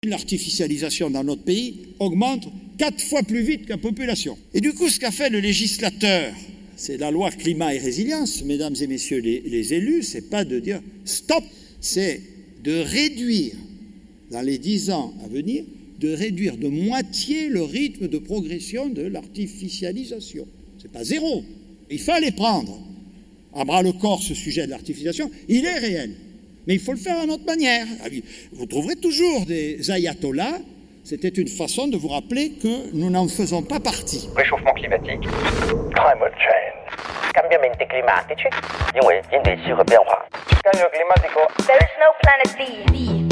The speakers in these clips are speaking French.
L'artificialisation dans notre pays augmente 4 fois plus vite que la population. Et du coup, ce qu'a fait le législateur, c'est la loi climat et résilience, mesdames et messieurs les élus, c'est pas de dire stop, c'est de réduire, dans les 10 ans à venir, de réduire de moitié le rythme de progression de l'artificialisation. C'est pas zéro. Il fallait prendre à bras le corps ce sujet de l'artificialisation. Il est réel. Mais il faut le faire à notre manière. Vous trouverez toujours des ayatollahs. C'était une façon de vous rappeler que nous n'en faisons pas partie. Réchauffement climatique. Climate change. Cambiamenti climatici. 因为人类气候变化. Cambio climatico. There is no planet B.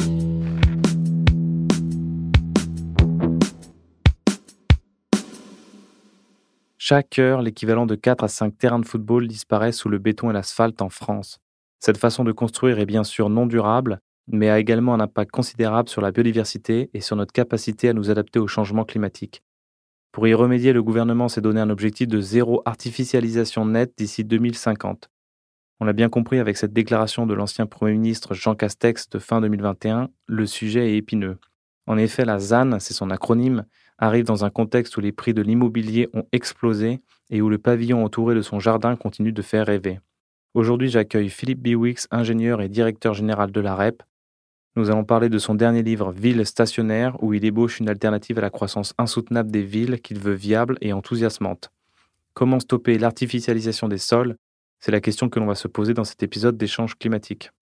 Chaque heure, l'équivalent de 4 à 5 terrains de football disparaît sous le béton et l'asphalte en France. Cette façon de construire est bien sûr non durable, mais a également un impact considérable sur la biodiversité et sur notre capacité à nous adapter au changement climatique. Pour y remédier, le gouvernement s'est donné un objectif de zéro artificialisation nette d'ici 2050. On l'a bien compris avec cette déclaration de l'ancien Premier ministre Jean Castex de fin 2021, le sujet est épineux. En effet, la ZAN, c'est son acronyme, arrive dans un contexte où les prix de l'immobilier ont explosé et où le pavillon entouré de son jardin continue de faire rêver. Aujourd'hui, j'accueille Philippe Biwix, ingénieur et directeur général de l'AREP. Nous allons parler de son dernier livre « Ville stationnaire » où il ébauche une alternative à la croissance insoutenable des villes qu'il veut viable et enthousiasmante. Comment stopper l'artificialisation des sols ? C'est la question que l'on va se poser dans cet épisode d'Échange climatique.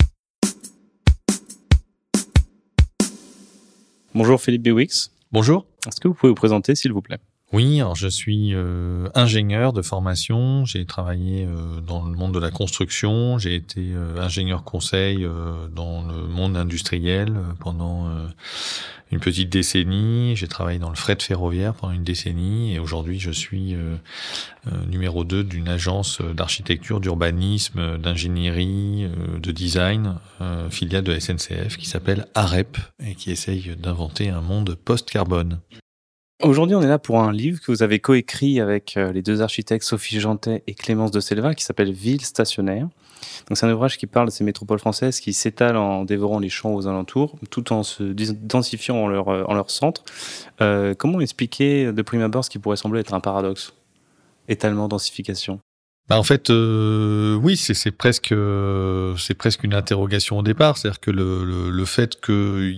Bonjour Philippe Biwix. Bonjour. Est-ce que vous pouvez vous présenter, s'il vous plaît ? Oui, alors je suis ingénieur de formation. J'ai travaillé dans le monde de la construction. J'ai été ingénieur conseil dans le monde industriel pendant une petite décennie. J'ai travaillé dans le fret ferroviaire pendant une décennie. Et aujourd'hui, je suis numéro 2 d'une agence d'architecture, d'urbanisme, d'ingénierie, de design, filiale de SNCF qui s'appelle AREP et qui essaye d'inventer un monde post-carbone. Aujourd'hui, on est là pour un livre que vous avez coécrit avec les deux architectes Sophie Jantet et Clémence de Selva qui s'appelle « Ville stationnaire ». Donc, c'est un ouvrage qui parle de ces métropoles françaises qui s'étalent en dévorant les champs aux alentours, tout en se densifiant en leur centre. Comment expliquer de prime abord ce qui pourrait sembler être un paradoxe ? Étalement, densification. En fait, oui, c'est presque une interrogation au départ, c'est-à-dire que le fait que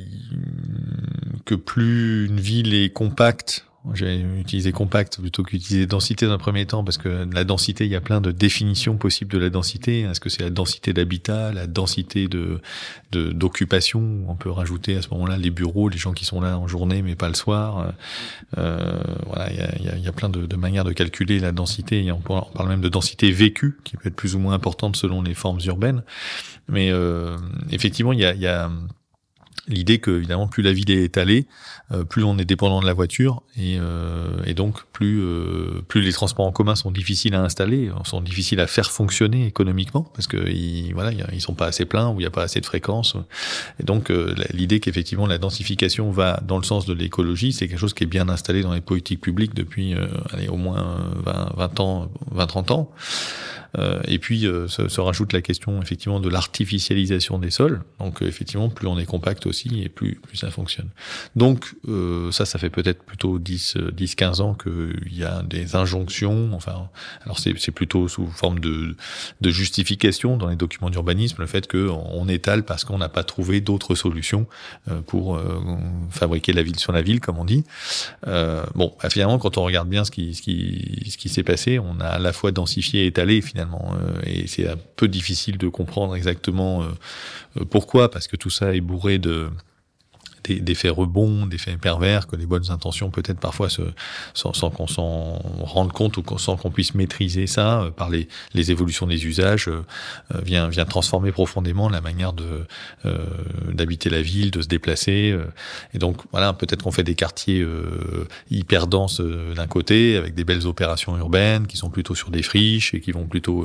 plus une ville est compacte, j'ai utilisé compact plutôt qu'utiliser densité dans un premier temps, parce que la densité, il y a plein de définitions possibles de la densité. Est-ce que c'est la densité d'habitat, la densité d'occupation? On peut rajouter à ce moment-là les bureaux, les gens qui sont là en journée mais pas le soir. Voilà, il y a plein de manières de calculer la densité. Et on parle même de densité vécue, qui peut être plus ou moins importante selon les formes urbaines. Mais effectivement, il y a l'idée que, évidemment, plus la ville est étalée, plus on est dépendant de la voiture et donc plus les transports en commun sont difficiles à installer, sont difficiles à faire fonctionner économiquement parce que ils sont pas assez pleins ou il y a pas assez de fréquences. Et donc l'idée qu'effectivement la densification va dans le sens de l'écologie, c'est quelque chose qui est bien installé dans les politiques publiques depuis au moins 20-30 ans. Et puis se rajoute la question effectivement de l'artificialisation des sols. Donc effectivement, plus on est compact aussi et plus ça fonctionne. Donc ça fait peut-être plutôt 10-15 ans qu'il y a des injonctions. Enfin, alors c'est plutôt sous forme de justification dans les documents d'urbanisme, le fait qu'on étale parce qu'on n'a pas trouvé d'autres solutions pour fabriquer la ville sur la ville, comme on dit. Finalement, quand on regarde bien ce qui s'est passé, on a à la fois densifié et étalé finalement. Et c'est un peu difficile de comprendre exactement pourquoi, parce que tout ça est bourré d'effets rebonds, d'effets pervers, que les bonnes intentions peut-être parfois sans qu'on s'en rende compte ou sans qu'on puisse maîtriser ça par les évolutions des usages vient transformer profondément la manière d'habiter la ville, de se déplacer. Et donc voilà, peut-être qu'on fait des quartiers hyper denses d'un côté avec des belles opérations urbaines qui sont plutôt sur des friches et qui vont plutôt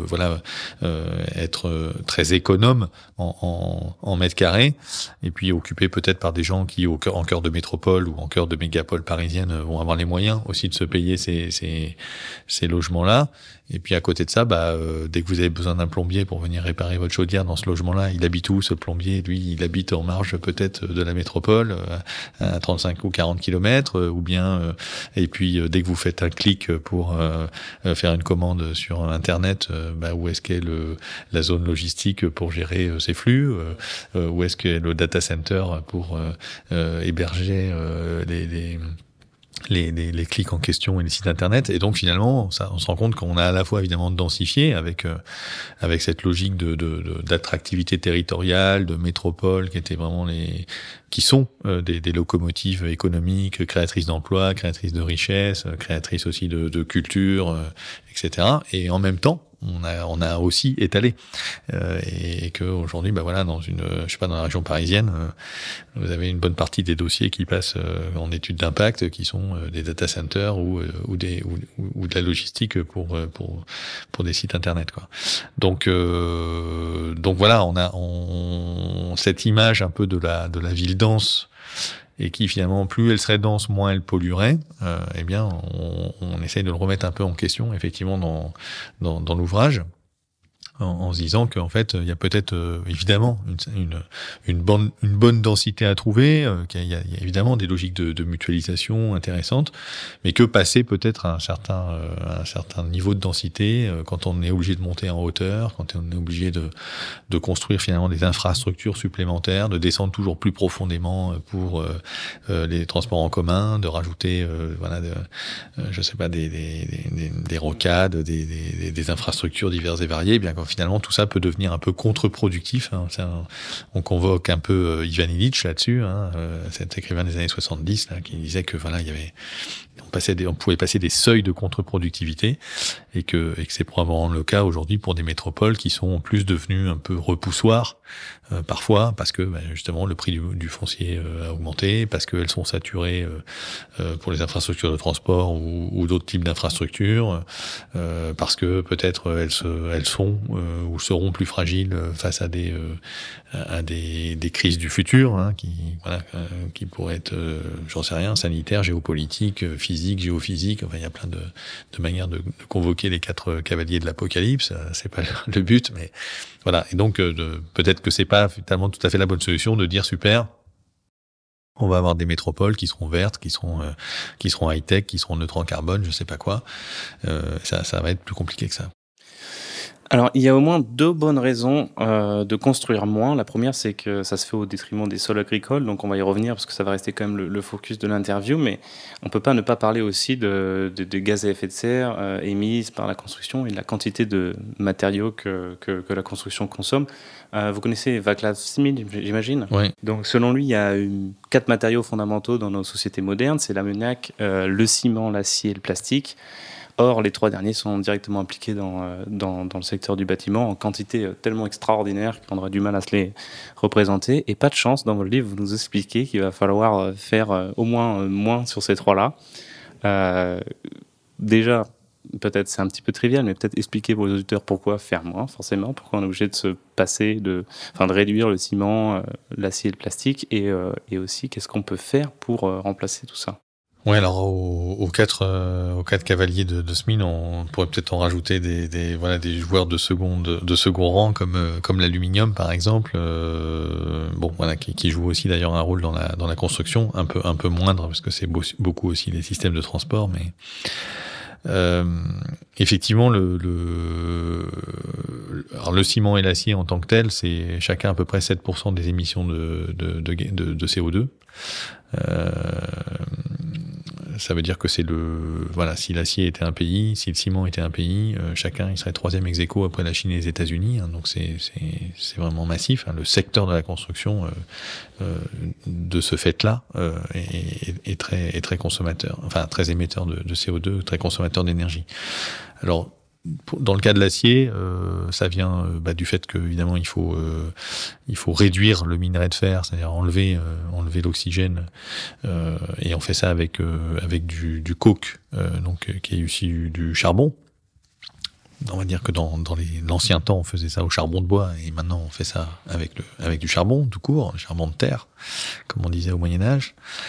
être très économes en mètres carrés, et puis occupés peut-être par des gens qui en cœur de métropole ou en cœur de mégapole parisienne vont avoir les moyens aussi de se payer ces logements-là. Et puis à côté de ça, dès que vous avez besoin d'un plombier pour venir réparer votre chaudière dans ce logement-là, il habite où ce plombier? Lui, il habite en marge peut-être de la métropole, à 35 ou 40 kilomètres, ou bien et puis dès que vous faites un clic pour faire une commande sur Internet, où est-ce qu'est la zone logistique pour gérer ces flux, où est-ce qu'est le data center pour héberger les clics en question et les sites internet. Et donc finalement, on se rend compte qu'on a à la fois évidemment densifié avec cette logique d'attractivité territoriale, de métropole qui sont des locomotives économiques, créatrices d'emplois, créatrices de richesses, créatrices aussi de culture, etc. Et en même temps, on a aussi étalé et que aujourd'hui dans la région parisienne, vous avez une bonne partie des dossiers qui passent en études d'impact qui sont des data centers ou de la logistique pour des sites internet, quoi. Donc voilà, on a cette image un peu de la ville dense, et qui finalement, plus elle serait dense, moins elle polluerait. On essaye de le remettre un peu en question, effectivement, dans l'ouvrage, en se disant qu'en fait, il y a peut-être évidemment une bonne densité à trouver, qu'il y a évidemment des logiques de mutualisation intéressantes, mais que passer peut-être à un certain niveau de densité, quand on est obligé de monter en hauteur, quand on est obligé de construire finalement des infrastructures supplémentaires, de descendre toujours plus profondément pour les transports en commun, de rajouter des rocades, des infrastructures diverses et variées, bien quand finalement tout ça peut devenir un peu contre-productif. On convoque un peu Ivan Illich là-dessus, cet écrivain des années 70 là, qui disait que on pouvait passer des seuils de contre-productivité, et que c'est probablement le cas aujourd'hui pour des métropoles qui sont en plus devenues un peu repoussoires parfois, parce que justement le prix du foncier a augmenté, parce qu'elles sont saturées pour les infrastructures de transport ou d'autres types d'infrastructures, parce que peut-être elles sont ou seront plus fragiles face à des crises du futur, qui pourraient être, j'en sais rien, sanitaires, géopolitiques, physiques, géophysiques. Enfin, il y a plein de manières de convoquer les 4 cavaliers de l'apocalypse. C'est pas le but, mais voilà. Et donc, peut-être que c'est pas finalement tout à fait la bonne solution de dire super, on va avoir des métropoles qui seront vertes, qui seront high-tech, qui seront neutres en carbone, je sais pas quoi. Ça va être plus compliqué que ça. Alors, il y a au moins 2 bonnes raisons de construire moins. La première, c'est que ça se fait au détriment des sols agricoles, donc on va y revenir parce que ça va rester quand même le focus de l'interview, mais on peut pas ne pas parler aussi de gaz à effet de serre émis par la construction et de la quantité de matériaux que la construction consomme. Vous connaissez Václav Smil, j'imagine ? Oui. Donc, selon lui, il y a 4 matériaux fondamentaux dans nos sociétés modernes, c'est l'ammoniac, le ciment, l'acier et le plastique. Or, les 3 derniers sont directement impliqués dans le secteur du bâtiment en quantité tellement extraordinaire qu'on aura du mal à se les représenter. Et pas de chance, dans votre livre, vous nous expliquez qu'il va falloir faire au moins sur ces 3-là. Déjà, peut-être c'est un petit peu trivial, mais peut-être expliquer pour les auditeurs pourquoi faire moins, forcément, pourquoi on est obligé de se passer de réduire le ciment, l'acier et le plastique, et aussi qu'est-ce qu'on peut faire pour remplacer tout ça. Ouais, alors aux 4 cavaliers de Smil, on pourrait peut-être en rajouter des joueurs de second rang comme l'aluminium par exemple, qui joue aussi d'ailleurs un rôle dans la construction, un peu moindre parce que c'est beaucoup aussi les systèmes de transport, mais effectivement le ciment et l'acier en tant que tel, c'est chacun à peu près 7% des émissions de CO2. Ça veut dire que c'est si l'acier était un pays, si le ciment était un pays, chacun il serait 3e ex aequo après la Chine et les États-Unis, donc c'est vraiment massif, le secteur de la construction de ce fait-là est très consommateur, très émetteur de CO2, très consommateur d'énergie. Alors dans le cas de l'acier, ça vient du fait que évidemment il faut réduire le minerai de fer, c'est-à-dire enlever l'oxygène, et on fait ça avec du coke, qui est issu du charbon. on va dire que dans l'ancien temps, on faisait ça au charbon de bois, et maintenant on fait ça avec du charbon, tout court, charbon de terre, comme on disait au Moyen-Âge.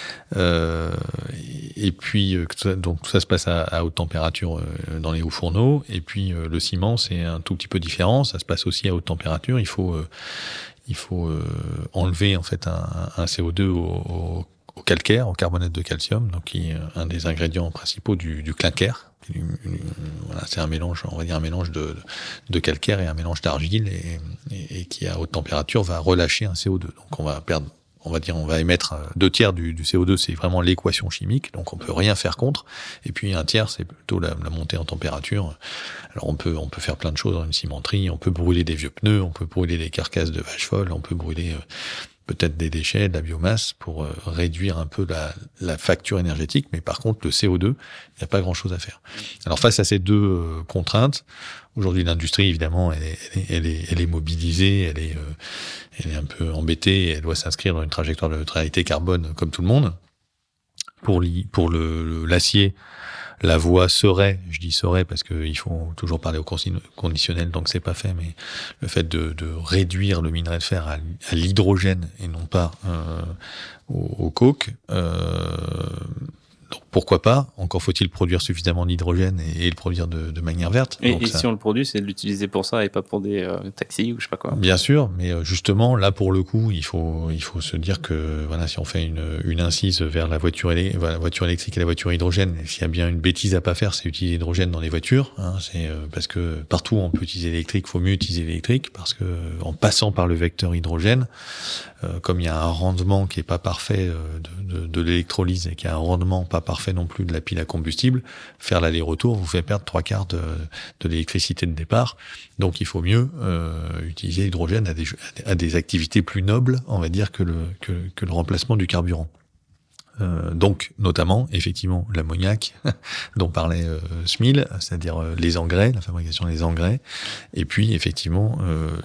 Et puis, donc tout ça se passe à haute température dans les hauts fourneaux. Et puis, le ciment, c'est un tout petit peu différent. Ça se passe aussi à haute température. Il faut enlever en fait un CO2 au calcaire, au carbonate de calcium, donc qui est un des ingrédients principaux du clinker. Voilà, c'est un mélange, on va dire un mélange de calcaire et un mélange d'argile, et qui à haute température va relâcher un CO2. Donc on va émettre 2/3 du CO2, c'est vraiment l'équation chimique, donc on peut rien faire contre. Et puis 1/3, c'est plutôt la montée en température. Alors on peut faire plein de choses dans une cimenterie, on peut brûler des vieux pneus, on peut brûler des carcasses de vaches folles, on peut brûler peut-être des déchets, de la biomasse, pour réduire un peu la facture énergétique, mais par contre le CO2, il n'y a pas grand-chose à faire. Alors face à ces deux contraintes, aujourd'hui l'industrie évidemment elle est mobilisée, elle est un peu embêtée, et elle doit s'inscrire dans une trajectoire de neutralité carbone comme tout le monde. Pour l'acier, la voie serait, je dis serait parce qu'il faut toujours parler au conditionnel, donc c'est pas fait, mais le fait de réduire le minerai de fer à l'hydrogène et non pas au coke, donc pourquoi pas, encore faut-il produire suffisamment d'hydrogène et le produire de manière verte. Et si on le produit, c'est de l'utiliser pour ça et pas pour des taxis ou je sais pas quoi. Bien sûr, mais justement, là pour le coup, il faut se dire que voilà, si on fait une incise vers la voiture électrique et la voiture hydrogène, s'il y a bien une bêtise à pas faire, c'est utiliser l'hydrogène dans les voitures. C'est parce que partout on peut utiliser l'électrique, faut mieux utiliser l'électrique, parce que en passant par le vecteur hydrogène, comme il y a un rendement qui est pas parfait de l'électrolyse, et qu'il y a un rendement pas parfait non plus de la pile à combustible, faire l'aller-retour vous fait perdre 3/4 de l'électricité de départ. Donc il faut mieux utiliser l'hydrogène à des activités plus nobles, on va dire, que le remplacement du carburant. Donc notamment effectivement l'ammoniac dont parlait Smil, c'est-à-dire les engrais, la fabrication des engrais, et puis effectivement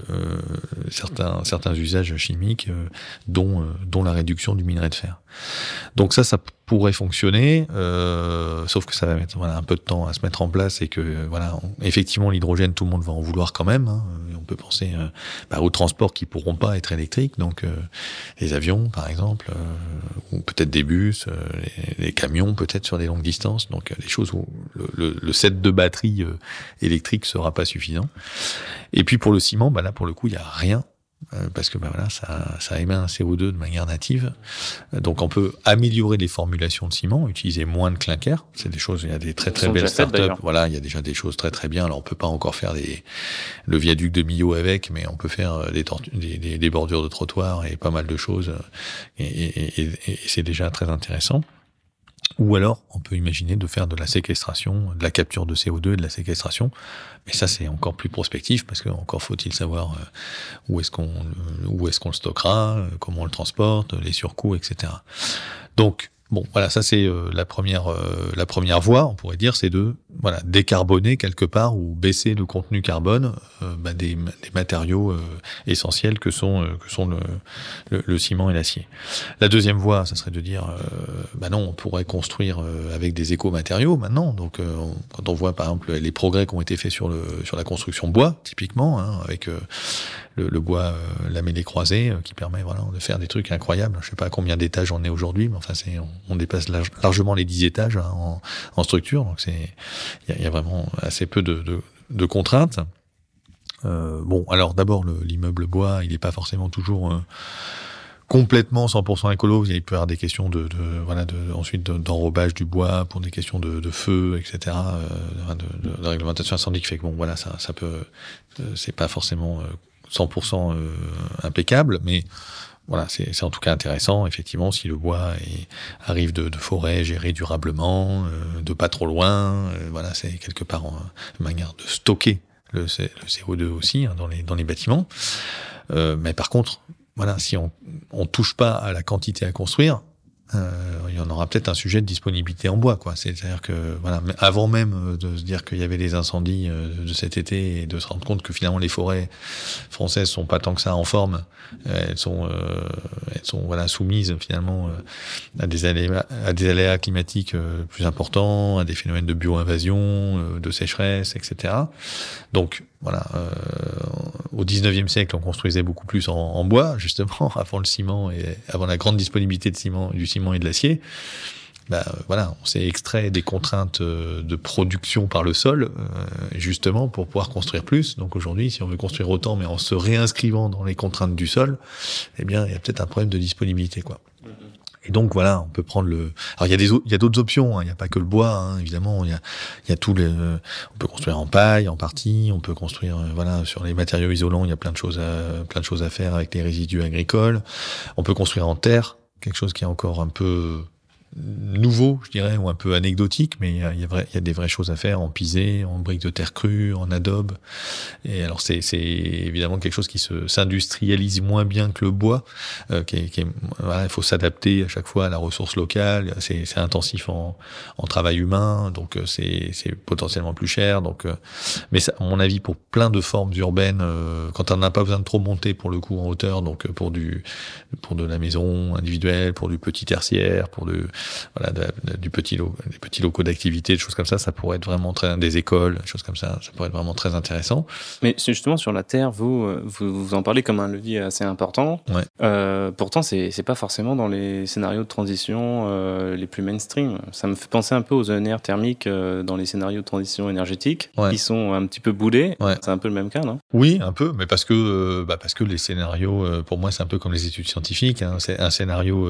certains usages chimiques dont la réduction du minerai de fer. Donc ça pourrait fonctionner, sauf que ça va mettre un peu de temps à se mettre en place, et que effectivement l'hydrogène, tout le monde va en vouloir quand même. On peut penser aux transports qui pourront pas être électriques, donc les avions par exemple, ou peut-être des bus, les camions peut-être sur des longues distances, donc des choses où le set de batterie électrique sera pas suffisant. Et puis pour le ciment, là pour le coup il y a rien. Parce que ça émet un CO2 de manière native. Donc on peut améliorer les formulations de ciment, utiliser moins de clinker. C'est des choses, il y a des très belles startups. Voilà, il y a déjà des choses très bien. Alors on peut pas encore faire le viaduc de Millau avec, mais on peut faire des bordures de trottoir et pas mal de choses. Et c'est déjà très intéressant. Ou alors, on peut imaginer de faire de la séquestration, de la capture de CO2 et de la séquestration. Mais ça, c'est encore plus prospectif, parce que encore faut-il savoir où est-ce qu'on le stockera, comment on le transporte, les surcoûts, etc. Donc, bon, voilà, ça c'est la première voie, on pourrait dire, c'est de décarboner quelque part, ou baisser le contenu carbone des matériaux essentiels que sont le ciment et l'acier. La deuxième voie, ça serait de dire non, on pourrait construire avec des éco-matériaux maintenant. Donc quand on voit par exemple les progrès qui ont été faits sur la construction bois, typiquement, avec le bois lamellé croisé, qui permet de faire des trucs incroyables. Je sais pas à combien d'étages on est aujourd'hui, mais enfin on dépasse largement les 10 étages en structure, donc il y a vraiment assez peu de contraintes. Alors d'abord l'immeuble bois, il est pas forcément toujours complètement 100% écolo. Il peut y avoir des questions ensuite d'enrobage du bois pour des questions de feu, etc., de réglementation incendie, qui fait que ça peut, c'est pas forcément 100% impeccable, mais c'est en tout cas intéressant, effectivement, si le bois arrive de forêt gérée durablement, de pas trop loin, c'est quelque part une manière de stocker le CO2 aussi, dans les bâtiments. Mais par contre, si on touche pas à la quantité à construire, il y en aura peut-être un sujet de disponibilité en bois, quoi. C'est-à-dire que, voilà, avant même de se dire qu'il y avait des incendies de cet été et de se rendre compte que finalement les forêts françaises sont pas tant que ça en forme, elles sont voilà soumises finalement à des aléas climatiques plus importants, à des phénomènes de bio-invasion, de sécheresse, etc. Donc voilà, au 19e siècle, on construisait beaucoup plus en bois, justement, avant le ciment et avant la grande disponibilité du ciment et de l'acier. Voilà, on s'est extrait des contraintes de production par le sol, justement, pour pouvoir construire plus. Donc aujourd'hui, si on veut construire autant, mais en se réinscrivant dans les contraintes du sol, eh bien, il y a peut-être un problème de disponibilité, quoi. Et donc voilà, on peut prendre alors il y a d'autres options, hein. Il n'y a pas que le bois, hein. Évidemment, il y a tous les. On peut construire en paille, en partie. On peut construire, voilà, sur les matériaux isolants. Il y a plein de choses à faire avec les résidus agricoles. On peut construire en terre, quelque chose qui est encore un peu nouveau, je dirais, ou un peu anecdotique, mais il y a des vraies choses à faire en pisé, en briques de terre crue, en adobe. Et alors c'est évidemment quelque chose qui s'industrialise moins bien que le bois, voilà, il faut s'adapter à chaque fois à la ressource locale, c'est intensif en travail humain, donc c'est potentiellement plus cher, donc mais ça, à mon avis, pour plein de formes urbaines, quand on n'a pas besoin de trop monter pour le coup en hauteur, donc pour de la maison individuelle, pour du petit tertiaire, pour voilà, des petits locaux d'activité, des choses comme ça, ça pourrait être vraiment des écoles, des choses comme ça pourrait être vraiment très intéressant. Mais justement, sur la terre, vous en parlez comme un levier assez important. Ouais. Pourtant, c'est pas forcément dans les scénarios de transition les plus mainstream. Ça me fait penser un peu aux ENR thermiques dans les scénarios de transition énergétique, qui sont un petit peu boudés. Ouais. C'est un peu le même cas, non ? Oui, un peu, mais parce que les scénarios, pour moi, c'est un peu comme les études scientifiques, hein. C'est un scénario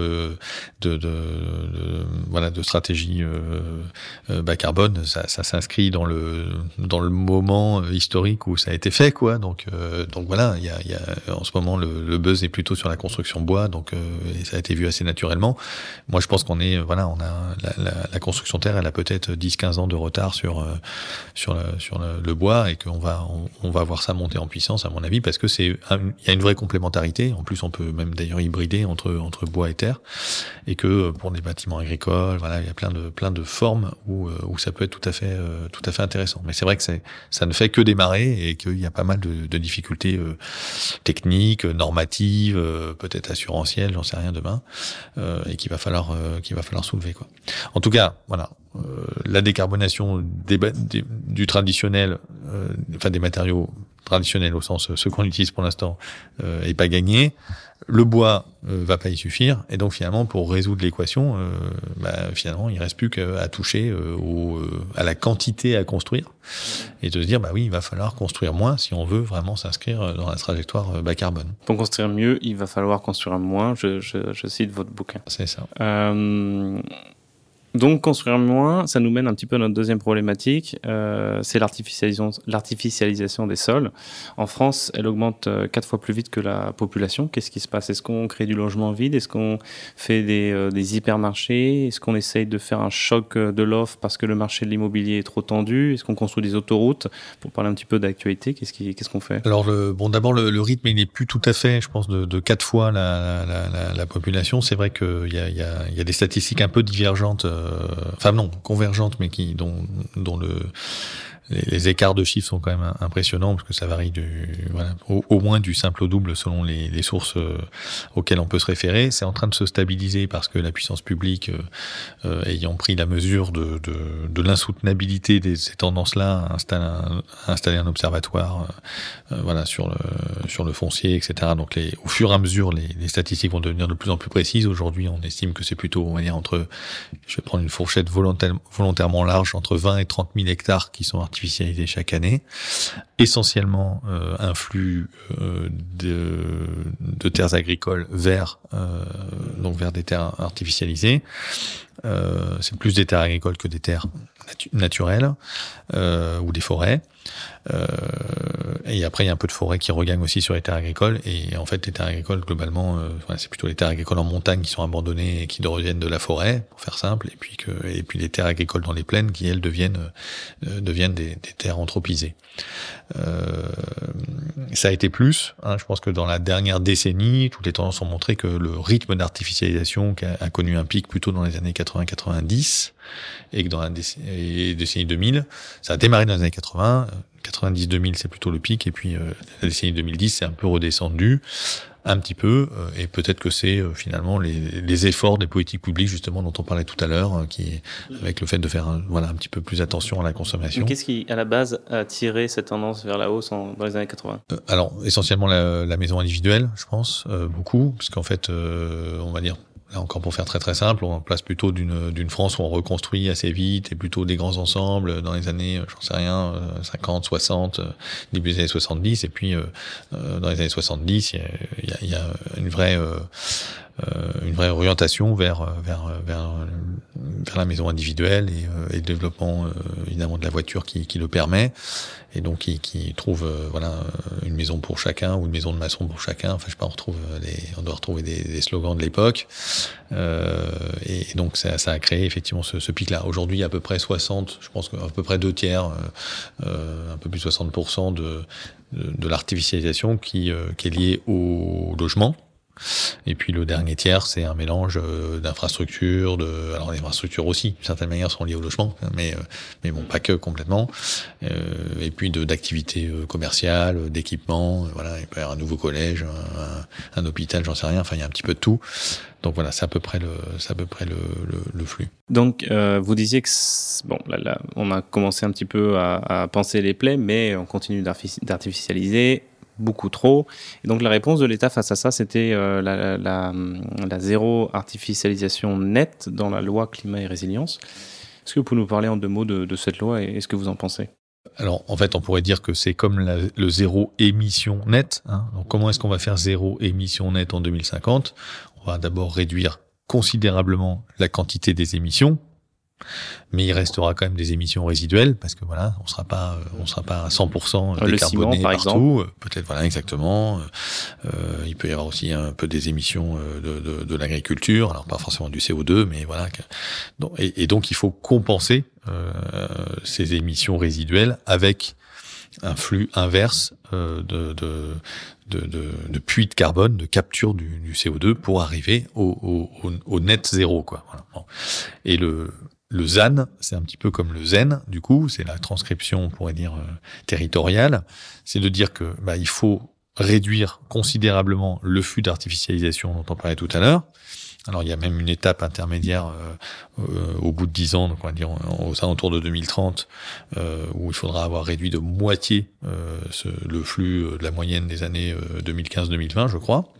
de stratégie bas carbone, ça s'inscrit dans le moment historique où ça a été fait, quoi. Donc voilà, il y a en ce moment le buzz est plutôt sur la construction bois, donc et ça a été vu assez naturellement. Moi, je pense on a la construction terre, elle a peut-être 10-15 ans de retard sur le bois, et qu'on va voir ça monter en puissance, à mon avis, parce que il y a une vraie complémentarité. En plus, on peut même d'ailleurs hybrider entre bois et terre, et que pour des bâtiments agricoles, voilà, il y a plein de formes où ça peut être tout à fait intéressant. Mais c'est vrai que ça ne fait que démarrer, et qu'il y a pas mal de difficultés techniques, normatives, peut-être assurantielles, j'en sais rien demain, et qu'il va falloir soulever, quoi. En tout cas, voilà. La décarbonation du traditionnel, des matériaux traditionnels au sens ceux qu'on utilise pour l'instant, est pas gagnée. Le bois va pas y suffire, et donc finalement, pour résoudre l'équation, finalement il reste plus qu'à toucher à la quantité à construire, et de se dire oui, il va falloir construire moins si on veut vraiment s'inscrire dans la trajectoire bas carbone. Pour construire mieux, il va falloir construire moins. Je cite votre bouquin. C'est ça. Donc, construire moins, ça nous mène un petit peu à notre deuxième problématique, c'est l'artificialisation des sols. En France, elle augmente 4 fois plus vite que la population. Qu'est-ce qui se passe ? Est-ce qu'on crée du logement vide ? Est-ce qu'on fait des hypermarchés ? Est-ce qu'on essaye de faire un choc de l'offre parce que le marché de l'immobilier est trop tendu ? Est-ce qu'on construit des autoroutes ? Pour parler un petit peu d'actualité, qu'est-ce qu'on fait ? Alors, d'abord, le rythme, il n'est plus tout à fait, je pense, de 4 fois la population. C'est vrai qu'il y a des statistiques un peu divergentes, convergentes, mais dont les écarts de chiffres sont quand même impressionnants, parce que ça varie au moins du simple au double selon les sources auxquelles on peut se référer. C'est en train de se stabiliser, parce que la puissance publique, ayant pris la mesure de l'insoutenabilité de ces tendances-là, a installé un observatoire sur le foncier, etc. Donc au fur et à mesure, les statistiques vont devenir de plus en plus précises. Aujourd'hui, on estime que c'est plutôt, on va dire, je vais prendre une fourchette volontairement large, entre 20 et 30 000 hectares qui sont artificialisés chaque année. Essentiellement un flux de terres agricoles vers des terres artificialisées. C'est plus des terres agricoles que des terres naturelles ou des forêts. Et après, il y a un peu de forêt qui regagne aussi sur les terres agricoles. Et en fait, les terres agricoles, globalement, c'est plutôt les terres agricoles en montagne qui sont abandonnées et qui reviennent de la forêt, pour faire simple. Et puis les terres agricoles dans les plaines qui, elles, deviennent des terres anthropisées. Ça a été plus. Je pense que dans la dernière décennie, toutes les tendances ont montré que le rythme d'artificialisation a connu un pic plutôt dans les années 80-90 et que dans la décennie 2000, ça a démarré dans les années 80. 90-2000, c'est plutôt le pic, et puis la décennie 2010, c'est un peu redescendu, un petit peu, et peut-être que c'est finalement les efforts des politiques publiques, justement, dont on parlait tout à l'heure, avec le fait de faire un petit peu plus attention à la consommation. Mais qu'est-ce qui, à la base, a tiré cette tendance vers la hausse dans les années 80 ? Alors, essentiellement la maison individuelle, je pense, beaucoup, parce qu'en fait, on va dire, là encore pour faire très très simple, on place plutôt d'une France où on reconstruit assez vite et plutôt des grands ensembles dans les années, j'en sais rien, 50, 60, début des années 70, et puis dans les années 70, il y a une vraie orientation vers la maison individuelle et le développement évidemment de la voiture qui le permet, et donc qui trouve une maison pour chacun ou une maison de maçon pour chacun. Enfin, je sais pas, on doit retrouver des slogans de l'époque, et donc ça a créé effectivement ce pic-là. Aujourd'hui, il y a à peu près 60, je pense qu'à peu près 2/3, un peu plus de 60% de l'artificialisation qui est liée au logement. Et puis le dernier tiers, c'est un mélange d'infrastructures, alors les infrastructures aussi, d'une certaine manière, sont liées au logement, mais bon, pas que complètement. Et puis d'activités commerciales, d'équipements. Voilà, il peut y avoir un nouveau collège, un hôpital, j'en sais rien. Enfin, il y a un petit peu de tout. Donc voilà, c'est à peu près le flux. Donc vous disiez que là, on a commencé un petit peu à penser les plaies, mais on continue d'artificialiser. Beaucoup trop. Et donc la réponse de l'État face à ça, c'était la zéro artificialisation nette dans la loi climat et résilience. Est-ce que vous pouvez nous parler en 2 mots de cette loi et ce que vous en pensez ? Alors en fait, on pourrait dire que c'est comme le zéro émission nette. Donc comment est-ce qu'on va faire zéro émission nette en 2050 ? On va d'abord réduire considérablement la quantité des émissions. Mais il restera quand même des émissions résiduelles, parce que voilà, on sera pas à 100% décarboné le ciment, par partout. Peut-être, voilà, exactement. Il peut y avoir aussi un peu des émissions de l'agriculture, alors pas forcément du CO2, mais voilà. Et donc il faut compenser ces émissions résiduelles avec un flux inverse de puits de carbone, de capture du CO2 pour arriver au net zéro, quoi. Voilà. Bon. Et le ZAN, c'est un petit peu comme le ZEN, du coup, c'est la transcription, on pourrait dire, territoriale. C'est de dire que il faut réduire considérablement le flux d'artificialisation dont on parlait tout à l'heure. Alors, il y a même une étape intermédiaire au bout de 10 ans, donc on va dire aux alentours de 2030, où il faudra avoir réduit de moitié le flux de la moyenne des années 2015-2020, je crois.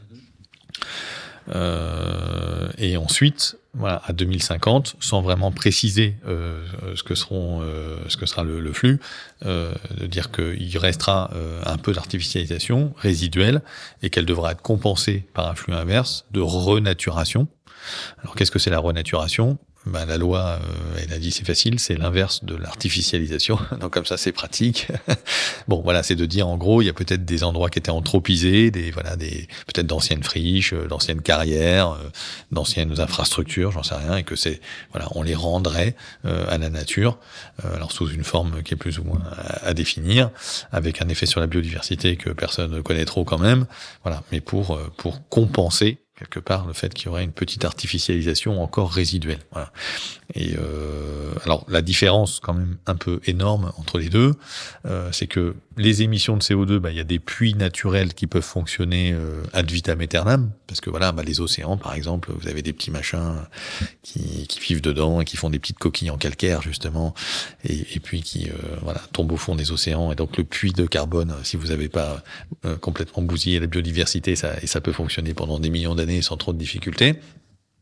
Et ensuite, voilà, à 2050, sans vraiment préciser ce que sera le flux, de dire qu'il restera un peu d'artificialisation résiduelle et qu'elle devra être compensée par un flux inverse de renaturation. Alors qu'est-ce que c'est la renaturation ? La loi, elle a dit c'est facile, c'est l'inverse de l'artificialisation. Donc comme ça, c'est pratique. Bon, voilà, c'est de dire en gros, il y a peut-être des endroits qui étaient anthropisés, peut-être d'anciennes friches, d'anciennes carrières, d'anciennes infrastructures, j'en sais rien, et que on les rendrait à la nature, alors sous une forme qui est plus ou moins à définir, avec un effet sur la biodiversité que personne ne connaît trop quand même. Voilà, mais pour compenser quelque part le fait qu'il y aurait une petite artificialisation encore résiduelle. Voilà. Et alors la différence quand même un peu énorme entre les deux, c'est que les émissions de CO2, il y a des puits naturels qui peuvent fonctionner ad vitam aeternam, parce que voilà, les océans par exemple, vous avez des petits machins qui vivent dedans et qui font des petites coquilles en calcaire justement, et puis qui tombent au fond des océans. Et donc le puits de carbone, si vous n'avez pas complètement bousillé la biodiversité, ça peut fonctionner pendant des millions d'années sans trop de difficultés.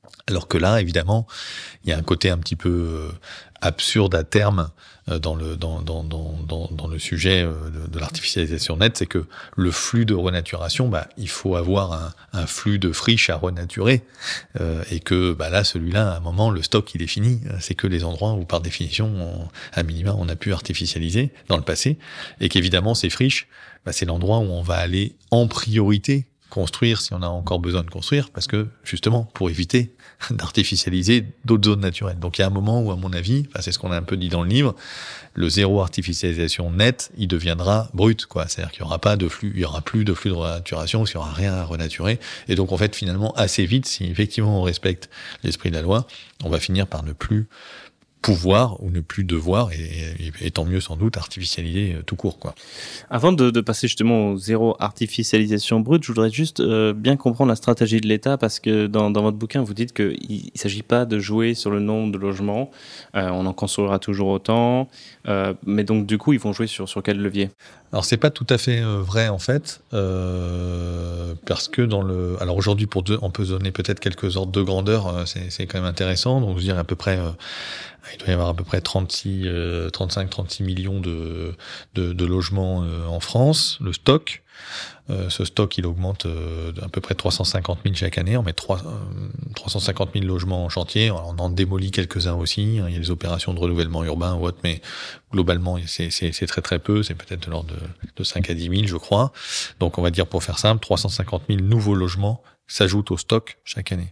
Alors que là, évidemment, il y a un côté un petit peu absurde à terme dans le sujet de l'artificialisation nette, c'est que le flux de renaturation, il faut avoir un flux de friche à renaturer, et que là, celui-là, à un moment, le stock, il est fini. C'est que les endroits où, par définition, à minima, on a pu artificialiser dans le passé, et qu'évidemment, ces friches, c'est l'endroit où on va aller en priorité construire si on a encore besoin de construire, parce que justement pour éviter d'artificialiser d'autres zones naturelles. Donc il y a un moment où, à mon avis, c'est ce qu'on a un peu dit dans le livre, le zéro artificialisation net, il deviendra brut, quoi. C'est-à-dire qu'il y aura pas de flux, il y aura plus de flux de renaturation, il y aura rien à renaturer. Et donc en fait, finalement, assez vite, si effectivement on respecte l'esprit de la loi, on va finir par ne plus pouvoir ou ne plus devoir, et tant mieux sans doute, artificialiser tout court, quoi. Avant de passer justement au zéro artificialisation brute, je voudrais juste bien comprendre la stratégie de l'État, parce que dans votre bouquin, vous dites qu'il ne s'agit pas de jouer sur le nombre de logements, on en construira toujours autant, mais donc du coup, ils vont jouer sur quel levier ? Alors c'est pas tout à fait vrai en fait, parce que alors aujourd'hui on peut donner peut-être quelques ordres de grandeur, c'est quand même intéressant. Donc je dirais à peu près, il doit y avoir à peu près 35-36 millions de logements en France. Le stock, ce stock il augmente à peu près 350 000 chaque année. On met 350 000 logements en chantier. Alors, on en démolit quelques-uns aussi. Il y a des opérations de renouvellement urbain ou autre, mais globalement c'est très très peu. C'est peut-être de l'ordre de 5 à 10 000, je crois. Donc on va dire, pour faire simple, 350 000 nouveaux logements s'ajoutent au stock chaque année.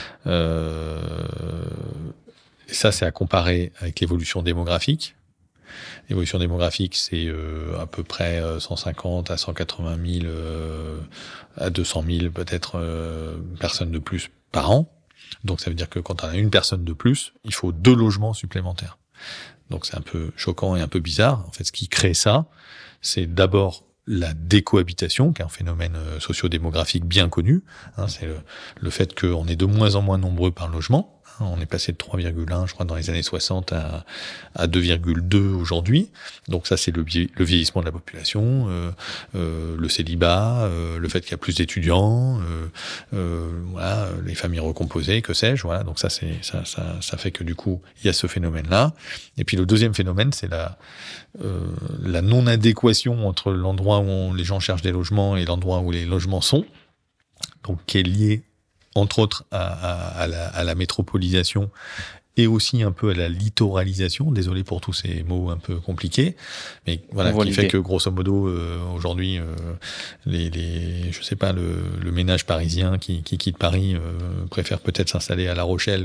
Et ça, c'est à comparer avec l'évolution démographique. L'évolution démographique, c'est à peu près 150 à 180 000 à 200 000 peut-être personnes de plus par an. Donc ça veut dire que quand on a une personne de plus, il faut 2 logements supplémentaires. Donc c'est un peu choquant et un peu bizarre. En fait, ce qui crée ça, c'est d'abord la décohabitation, qui est un phénomène socio-démographique bien connu. C'est le fait qu'on est de moins en moins nombreux par logement. On est passé de 3,1, je crois, dans les années 60 à 2,2 aujourd'hui. Donc ça, c'est le vieillissement de la population, le célibat, le fait qu'il y a plus d'étudiants, voilà, les familles recomposées, que sais-je. Voilà. Donc ça fait que du coup, il y a ce phénomène-là. Et puis le deuxième phénomène, c'est la non-adéquation entre l'endroit où les gens cherchent des logements et l'endroit où les logements sont. Donc qui est lié entre autres à la métropolisation et aussi un peu à la littoralisation. Désolé pour tous ces mots un peu compliqués, mais voilà, qui fait que grosso modo aujourd'hui je sais pas, le ménage parisien qui quitte Paris préfère peut-être s'installer à La Rochelle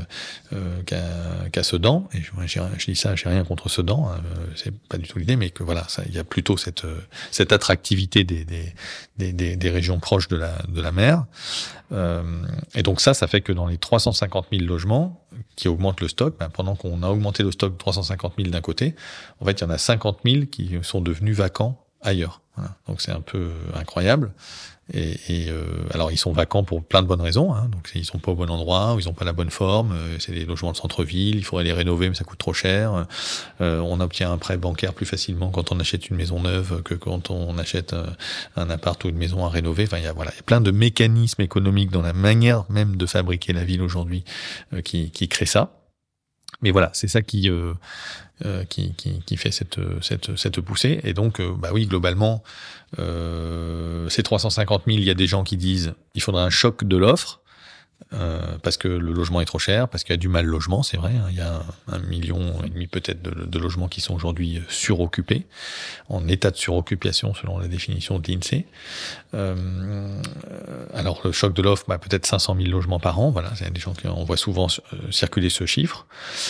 qu'à Sedan. Et je dis ça, j'ai rien contre Sedan, c'est pas du tout l'idée, mais que voilà, ça, il y a plutôt cette attractivité des régions proches de la mer. Et donc ça fait que dans les 350 000 logements qui augmentent le stock, pendant qu'on a augmenté le stock de 350 000 d'un côté, en fait, il y en a 50 000 qui sont devenus vacants ailleurs. Voilà. Donc c'est un peu incroyable. Alors ils sont vacants pour plein de bonnes raisons. Donc ils sont pas au bon endroit, ou ils ont pas la bonne forme. C'est des logements de centre-ville, il faudrait les rénover, mais ça coûte trop cher. On obtient un prêt bancaire plus facilement quand on achète une maison neuve que quand on achète un appart ou une maison à rénover. Enfin, il y a plein de mécanismes économiques dans la manière même de fabriquer la ville aujourd'hui qui crée ça. Mais voilà, c'est ça qui fait cette poussée. Et donc, oui, globalement, ces 350 000, il y a des gens qui disent il faudrait un choc de l'offre parce que le logement est trop cher, parce qu'il y a du mal logement, c'est vrai. Il y a 1,5 million peut-être de logements qui sont aujourd'hui suroccupés, en état de suroccupation selon la définition de l'INSEE. Alors le choc de l'offre, peut-être 500 000 logements par an. Voilà, c'est des gens on voit souvent circuler ce chiffre.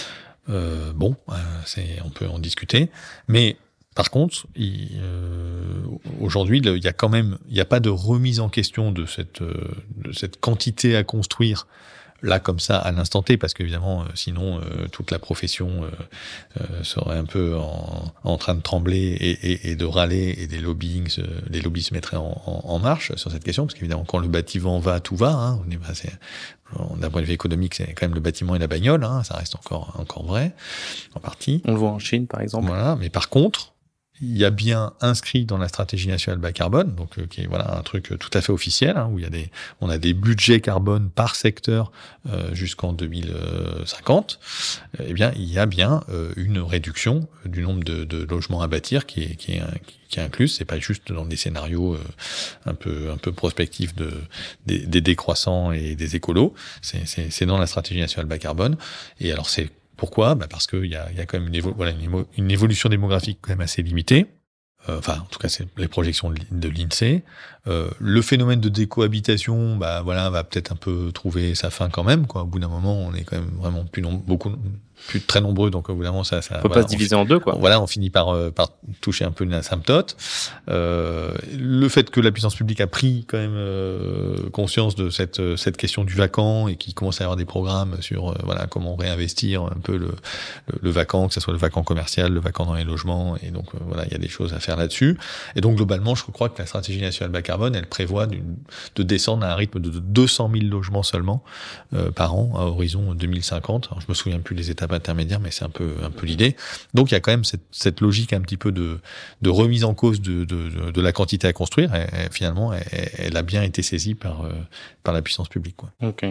On peut en discuter, mais par contre, aujourd'hui, il y a pas de remise en question de cette quantité à construire là comme ça à l'instant T, parce qu'évidemment, sinon toute la profession serait un peu en train de trembler et de râler, et les lobbies se mettraient en marche sur cette question, parce qu'évidemment, quand le bâtiment va, tout va. D'un point de vue économique, c'est quand même le bâtiment et la bagnole, ça reste encore vrai, en partie. On le voit en Chine, par exemple. Voilà, mais par contre, il y a bien inscrit dans la stratégie nationale bas carbone, donc qui est voilà un truc tout à fait officiel, où on a des budgets carbone par secteur jusqu'en 2050. Eh bien, il y a bien une réduction du nombre de logements à bâtir qui est incluse. C'est pas juste dans des scénarios un peu prospectifs des décroissants et des écolos. C'est dans la stratégie nationale bas carbone. Et alors c'est pourquoi ? Parce qu'il y a quand même une évolution démographique quand même assez limitée. Enfin, en tout cas, c'est les projections de l'INSEE. Le phénomène de décohabitation, va peut-être un peu trouver sa fin quand même, quoi. Au bout d'un moment, on est quand même vraiment plus très nombreux, donc au bout d'un moment, ça on peut pas se diviser en deux, quoi. Voilà, on finit par toucher un peu une asymptote. Le fait que la puissance publique a pris quand même conscience de cette question du vacant et qu'il commence à y avoir des programmes sur comment réinvestir un peu le vacant, que ce soit le vacant commercial, le vacant dans les logements, et donc il y a des choses à faire là-dessus. Et donc globalement, je crois que la stratégie nationale bas carbone, elle prévoit de descendre à un rythme de 200 000 logements seulement par an à horizon 2050. Alors, je me souviens plus des étapes intermédiaires, mais c'est un peu la Donc il y a quand même cette logique un petit peu de remise en cause de la quantité à construire. Et finalement, elle a bien été saisie par la puissance publique, quoi. Ok.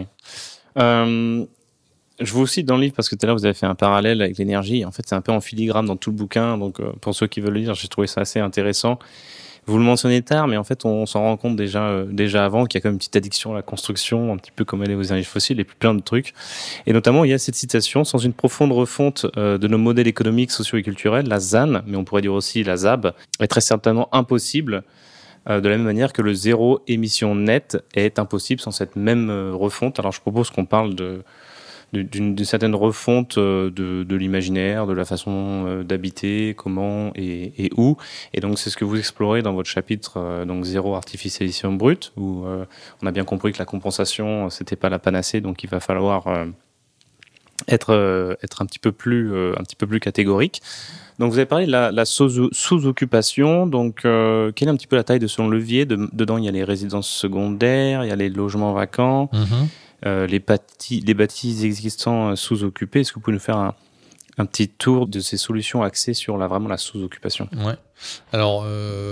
Je vous cite dans le livre parce que tout à l'heure vous avez fait un parallèle avec l'énergie. En fait, c'est un peu en filigrane dans tout le bouquin. Donc, pour ceux qui veulent le lire, j'ai trouvé ça assez intéressant. Vous le mentionnez tard, mais en fait, on s'en rend compte déjà avant qu'il y a quand même une petite addiction à la construction, un petit peu comme elle est aux énergies fossiles et puis plein de trucs. Et notamment, il y a cette citation: sans une profonde refonte de nos modèles économiques, sociaux et culturels, la ZAN, mais on pourrait dire aussi la ZAB, est très certainement impossible. De la même manière que le zéro émission net est impossible sans cette même refonte. Alors, je propose qu'on parle d'une certaine refonte de l'imaginaire, de la façon d'habiter, comment et où. Et donc, c'est ce que vous explorez dans votre chapitre donc zéro artificialisation brute, où on a bien compris que la compensation, c'était pas la panacée, donc il va falloir être un petit peu plus catégorique. Donc, vous avez parlé de la sous-occupation. Donc, quelle est un petit peu la taille de son levier ? Dedans, il y a les résidences secondaires, il y a les logements vacants. Les bâtis existants sous-occupés. Est-ce que vous pouvez nous faire un petit tour de ces solutions axées sur vraiment la sous-occupation ? Ouais. Alors,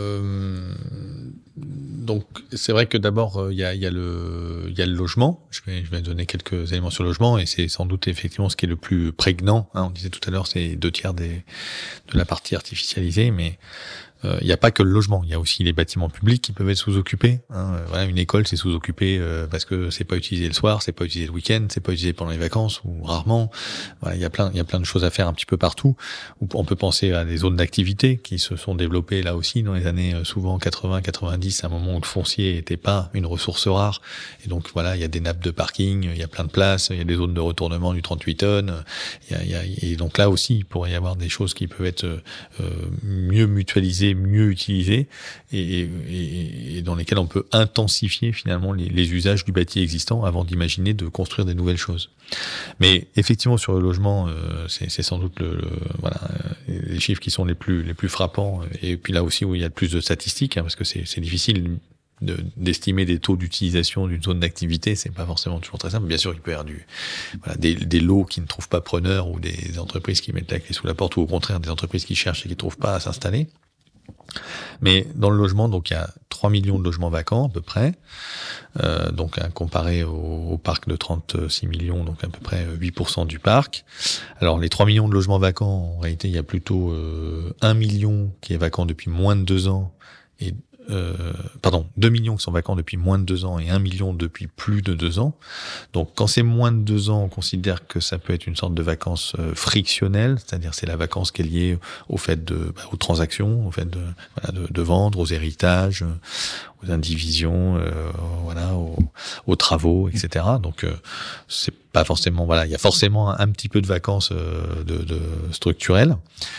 donc c'est vrai que d'abord il y a le logement. Je vais donner quelques éléments sur le logement, et c'est sans doute effectivement ce qui est le plus prégnant. On disait tout à l'heure, c'est 2/3 de la partie artificialisée, mais il n'y a pas que le logement, il y a aussi les bâtiments publics qui peuvent être sous-occupés. Une école, c'est sous-occupé parce que c'est pas utilisé le soir, c'est pas utilisé le week-end, c'est pas utilisé pendant les vacances ou rarement. Voilà, il y a plein de choses à faire un petit peu partout. On peut penser à des zones d'activité qui se sont développées là aussi dans les années souvent 80-90, à un moment où le foncier était pas une ressource rare. Et donc voilà, il y a des nappes de parking, il y a plein de places, il y a des zones de retournement du 38 tonnes. Et donc là aussi, il pourrait y avoir des choses qui peuvent être mieux mutualisées, mieux utilisés, et dans lesquels on peut intensifier finalement les usages du bâti existant avant d'imaginer de construire des nouvelles choses. Mais effectivement, sur le logement, c'est sans doute les chiffres qui sont les plus frappants, et puis là aussi où il y a le plus de statistiques, parce que c'est difficile d'estimer des taux d'utilisation d'une zone d'activité, c'est pas forcément toujours très simple. Bien sûr, il peut y avoir des lots qui ne trouvent pas preneur, ou des entreprises qui mettent la clé sous la porte, ou au contraire des entreprises qui cherchent et qui ne trouvent pas à s'installer. Mais dans le logement, donc il y a 3 millions de logements vacants à peu près, donc comparé au parc de 36 millions, donc à peu près 8% du parc. Alors les 3 millions de logements vacants, en réalité il y a plutôt 1 million qui est vacant depuis moins de 2 ans, et 2 millions qui sont vacants depuis moins de 2 ans et 1 million depuis plus de 2 ans. Donc quand c'est moins de 2 ans, on considère que ça peut être une sorte de vacances frictionnelle, c'est-à-dire c'est la vacance qui est liée au fait aux transactions, au fait de vendre, aux héritages, aux indivisions, aux travaux, etc. Donc c'est pas forcément, il y a forcément un petit peu de vacances de structurelles.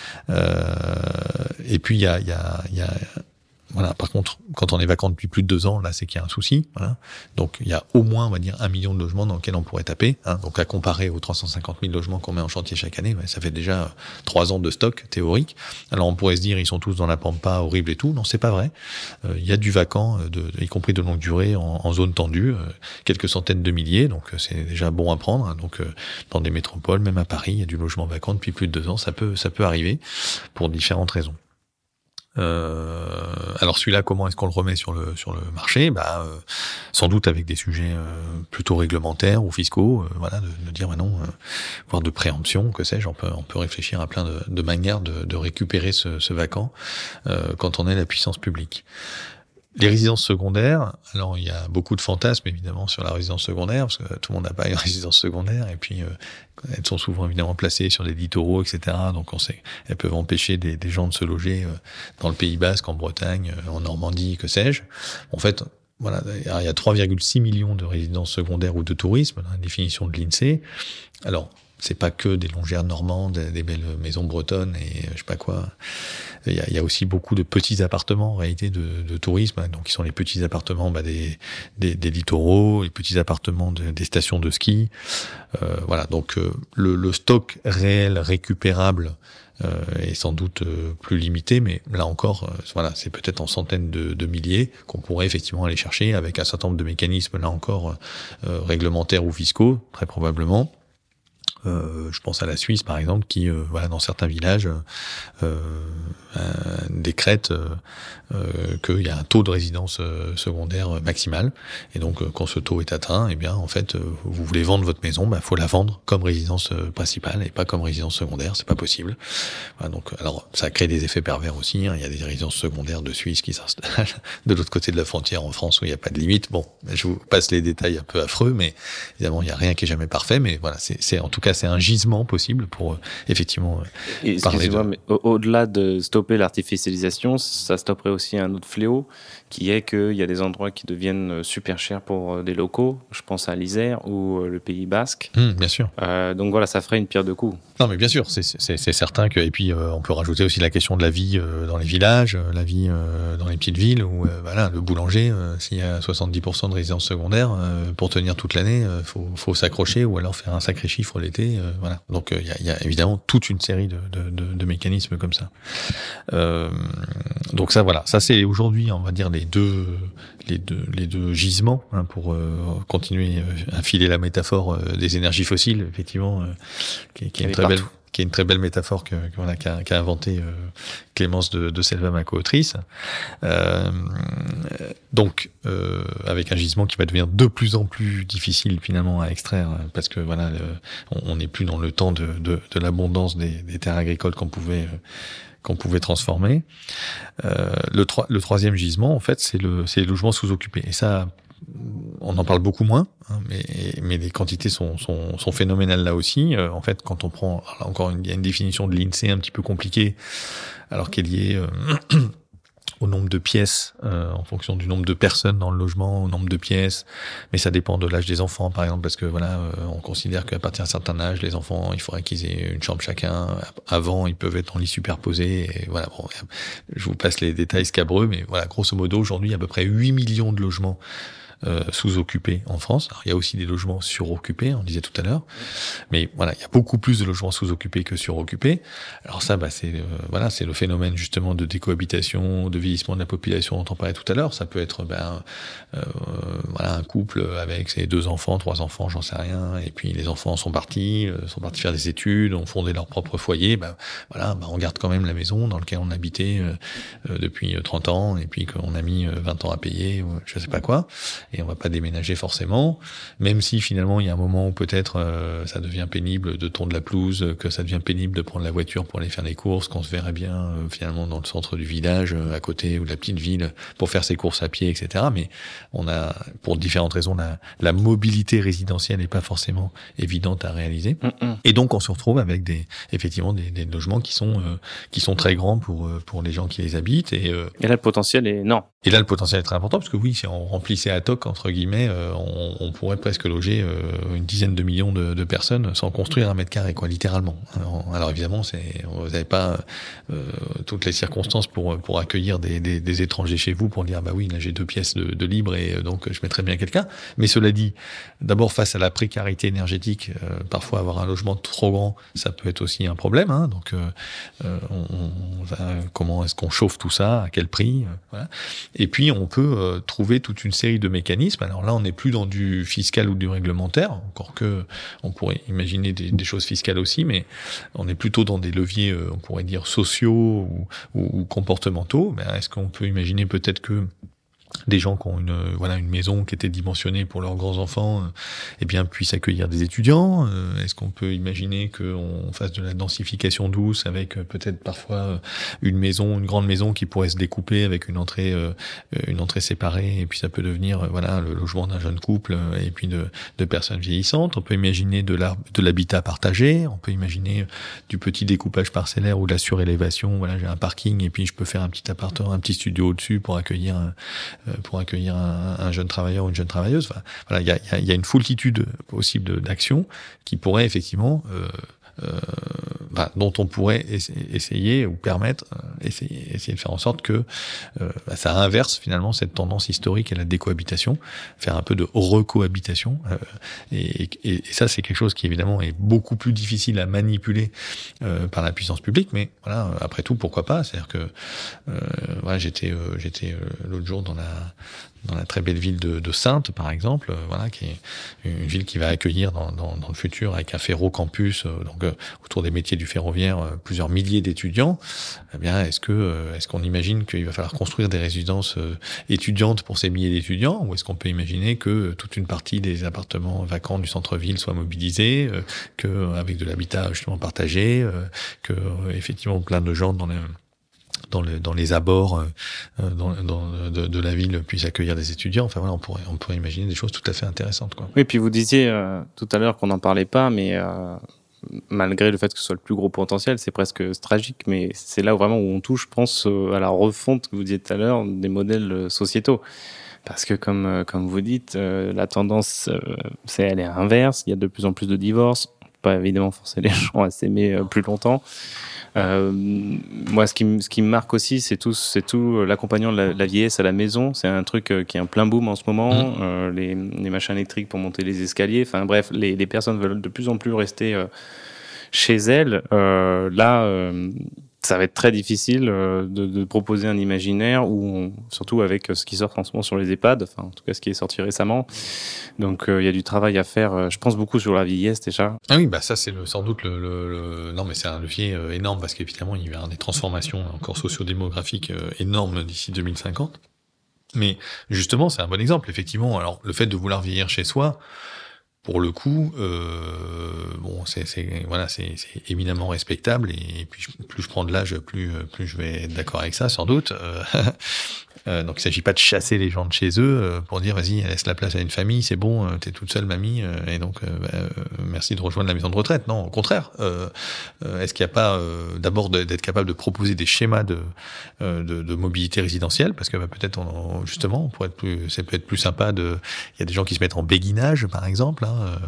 Et puis il y a par contre, quand on est vacant depuis plus de 2 ans, là, c'est qu'il y a un souci. Voilà. Donc, il y a au moins, on va dire, 1 million de logements dans lesquels on pourrait taper. Donc, à comparer aux 350 000 logements qu'on met en chantier chaque année, ça fait déjà 3 ans de stock théorique. Alors, on pourrait se dire, ils sont tous dans la pampa, horrible et tout. Non, c'est pas vrai. Il y a du vacant, y compris de longue durée, en zone tendue, quelques centaines de milliers. Donc, c'est déjà bon à prendre. Donc, dans des métropoles, même à Paris, il y a du logement vacant depuis plus de 2 ans. Ça peut arriver pour différentes raisons. Alors celui-là, comment est-ce qu'on le remet sur le marché? Sans doute avec des sujets plutôt réglementaires ou fiscaux, de dire voire de préemption, que sais-je. On peut réfléchir à plein de manières de récupérer ce vacant quand on est la puissance publique. Les résidences secondaires, alors il y a beaucoup de fantasmes évidemment sur la résidence secondaire, parce que tout le monde n'a pas une résidence secondaire, et puis elles sont souvent évidemment placées sur des littoraux, etc. Donc on sait elles peuvent empêcher des gens de se loger dans le Pays Basque, en Bretagne, en Normandie, que sais-je. En fait, voilà, il y a 3,6 millions de résidences secondaires ou de tourisme, la définition de l'INSEE. Alors, c'est pas que des longères normandes, des belles maisons bretonnes et je sais pas quoi. Il y a aussi beaucoup de petits appartements en réalité de tourisme, donc qui sont les petits appartements des littoraux, les petits appartements des stations de ski. Donc le stock réel récupérable est sans doute plus limité, mais là encore, c'est peut-être en centaines de milliers qu'on pourrait effectivement aller chercher avec un certain nombre de mécanismes, là encore, réglementaires ou fiscaux, très probablement. Je pense à la Suisse par exemple qui dans certains villages décrète qu'il y a un taux de résidence secondaire maximal, et donc quand ce taux est atteint, vous voulez vendre votre maison, faut la vendre comme résidence principale et pas comme résidence secondaire, c'est pas possible. Alors ça crée des effets pervers aussi, il y a des résidences secondaires de Suisse qui s'installent de l'autre côté de la frontière en France où il n'y a pas de limite. Bon, je vous passe les détails un peu affreux, mais évidemment il n'y a rien qui est jamais parfait, mais c'est en tout cas c'est un gisement possible pour effectivement parler de... Mais au-delà de stopper l'artificialisation, ça stopperait aussi un autre fléau qui est qu'il y a des endroits qui deviennent super chers pour des locaux. Je pense à l'Isère ou le Pays Basque. Bien sûr. Donc voilà, ça ferait une pierre deux coups. Non, mais bien sûr, c'est certain que, et puis on peut rajouter aussi la question de la vie dans les villages, la vie dans les petites villes où le boulanger, s'il y a 70% de résidences secondaires, pour tenir toute l'année, faut s'accrocher ou alors faire un sacré chiffre l'été. Donc il y a évidemment toute une série de mécanismes comme ça. Donc ça c'est aujourd'hui, on va dire, les deux gisements pour continuer à filer la métaphore des énergies fossiles, effectivement, qui est une très belle métaphore qu'a inventée Clémence de Selva, ma co-autrice. Donc avec un gisement qui va devenir de plus en plus difficile finalement à extraire, parce que on n'est plus dans le temps de l'abondance des terres agricoles qu'on pouvait transformer. Le troisième gisement, en fait, c'est les logements sous-occupés. Et ça, on en parle beaucoup moins, mais les quantités sont phénoménales là aussi. En fait, quand on prend, là encore, il y a une définition de l'INSEE un petit peu compliquée, alors qu'elle est liée au nombre de pièces, en fonction du nombre de personnes dans le logement, au nombre de pièces, mais ça dépend de l'âge des enfants, par exemple, parce que on considère qu'à partir d'un certain âge, les enfants, il faudrait qu'ils aient une chambre chacun. Avant, ils peuvent être en lit superposé, et je vous passe les détails scabreux, mais grosso modo, aujourd'hui, il y a à peu près 8 millions de logements sous-occupés en France. Alors, il y a aussi des logements suroccupés, on disait tout à l'heure, mais il y a beaucoup plus de logements sous-occupés que suroccupés. Alors ça, c'est le phénomène justement de décohabitation, de vieillissement de la population dont on parlait tout à l'heure. Ça peut être un couple avec ses 2 enfants, 3 enfants, j'en sais rien, et puis les enfants sont partis faire des études, ont fondé leur propre foyer. On garde quand même la maison dans laquelle on habitait depuis 30 ans, et puis qu'on a mis 20 ans à payer, je sais pas quoi. Et on va pas déménager forcément, même si finalement il y a un moment où peut-être ça devient pénible de tondre la pelouse, que ça devient pénible de prendre la voiture pour aller faire les courses, qu'on se verrait bien finalement dans le centre du village, à côté, ou de la petite ville, pour faire ses courses à pied, etc. Mais on a, pour différentes raisons, la mobilité résidentielle n'est pas forcément évidente à réaliser. Et donc on se retrouve avec des logements qui sont très grands pour les gens qui les habitent. Et là le potentiel est non. Et là le potentiel est très important, parce que oui, si on remplissait à toc entre guillemets, on pourrait presque loger une dizaine de millions de personnes sans construire un mètre carré, littéralement. Alors évidemment, vous n'avez pas toutes les circonstances pour accueillir des étrangers chez vous, pour dire oui, là j'ai 2 pièces de libre et donc je mettrais bien quelqu'un. Mais cela dit, d'abord face à la précarité énergétique, parfois avoir un logement trop grand, ça peut être aussi un problème. Donc comment est-ce qu'on chauffe tout ça, à quel prix, voilà. Et puis on peut trouver toute une série de mécanismes mécanismes. Alors là, on n'est plus dans du fiscal ou du réglementaire, encore que on pourrait imaginer des choses fiscales aussi, mais on est plutôt dans des leviers, on pourrait dire sociaux ou comportementaux. Ben, est-ce qu'on peut imaginer peut-être que des gens qui ont une maison qui était dimensionnée pour leurs grands enfants, eh bien puissent accueillir des étudiants. Est-ce qu'on peut imaginer qu'on fasse de la densification douce avec peut-être parfois une grande maison qui pourrait se découper avec une entrée séparée, et puis ça peut devenir le logement d'un jeune couple et puis de personnes vieillissantes. On peut imaginer de l'habitat partagé. On peut imaginer du petit découpage parcellaire ou de la surélévation. Voilà, j'ai un parking et puis je peux faire un petit appartement, un petit studio au-dessus pour accueillir un jeune travailleur ou une jeune travailleuse. Enfin, voilà, il y a une foultitude possible d'actions qui pourraient effectivement, dont on pourrait essayer ou permettre, essayer de faire en sorte que ça inverse finalement cette tendance historique à la décohabitation, faire un peu de recohabitation. Et ça, c'est quelque chose qui évidemment est beaucoup plus difficile à manipuler par la puissance publique, mais voilà, après tout, pourquoi pas. C'est-à-dire que j'étais l'autre jour dans la très belle ville de Saintes, par exemple, qui est une ville qui va accueillir dans le futur, avec un ferro-campus, autour des métiers du ferroviaire, plusieurs milliers d'étudiants. Eh bien, est-ce qu'on imagine qu'il va falloir construire des résidences étudiantes pour ces milliers d'étudiants, ou est-ce qu'on peut imaginer que toute une partie des appartements vacants du centre-ville soient mobilisés, avec de l'habitat justement partagé, effectivement plein de gens dans les abords de la ville puissent accueillir des étudiants. Enfin voilà, on pourrait imaginer des choses tout à fait intéressantes, quoi. Oui, puis vous disiez tout à l'heure qu'on n'en parlait pas, mais malgré le fait que ce soit le plus gros potentiel, c'est presque tragique, mais c'est là où on touche, je pense, à la refonte que vous disiez tout à l'heure des modèles sociétaux. Parce que comme vous dites, la tendance, elle est inverse. Il y a de plus en plus de divorces. On peut pas évidemment forcer les gens à s'aimer plus longtemps. Moi, ce qui me marque aussi, c'est tout l'accompagnement de la vieillesse à la maison. C'est un truc qui est un plein boom en ce moment. Les machins électriques pour monter les escaliers. Enfin bref, les personnes veulent de plus en plus rester chez elles. Ça va être très difficile de proposer un imaginaire surtout avec ce qui sort en ce moment sur les EHPAD, enfin en tout cas ce qui est sorti récemment. Donc il y a du travail à faire, je pense beaucoup sur la vieillesse déjà. Ah oui, ça c'est sans doute non, mais c'est un levier énorme, parce qu'évidemment il va y avoir des transformations encore sociodémographiques énormes d'ici 2050. Mais justement, c'est un bon exemple, effectivement. Alors le fait de vouloir vieillir chez soi, pour le coup, c'est éminemment respectable, et puis plus je prends de l'âge, plus je vais être d'accord avec ça, sans doute. Donc il s'agit pas de chasser les gens de chez eux pour dire vas-y, laisse la place à une famille, c'est bon, t'es toute seule mamie, et donc merci de rejoindre la maison de retraite. Non, au contraire. Est-ce qu'il n'y a pas d'abord d'être capable de proposer des schémas de mobilité résidentielle, parce que peut-être justement ça peut être plus sympa il y a des gens qui se mettent en béguinage par exemple,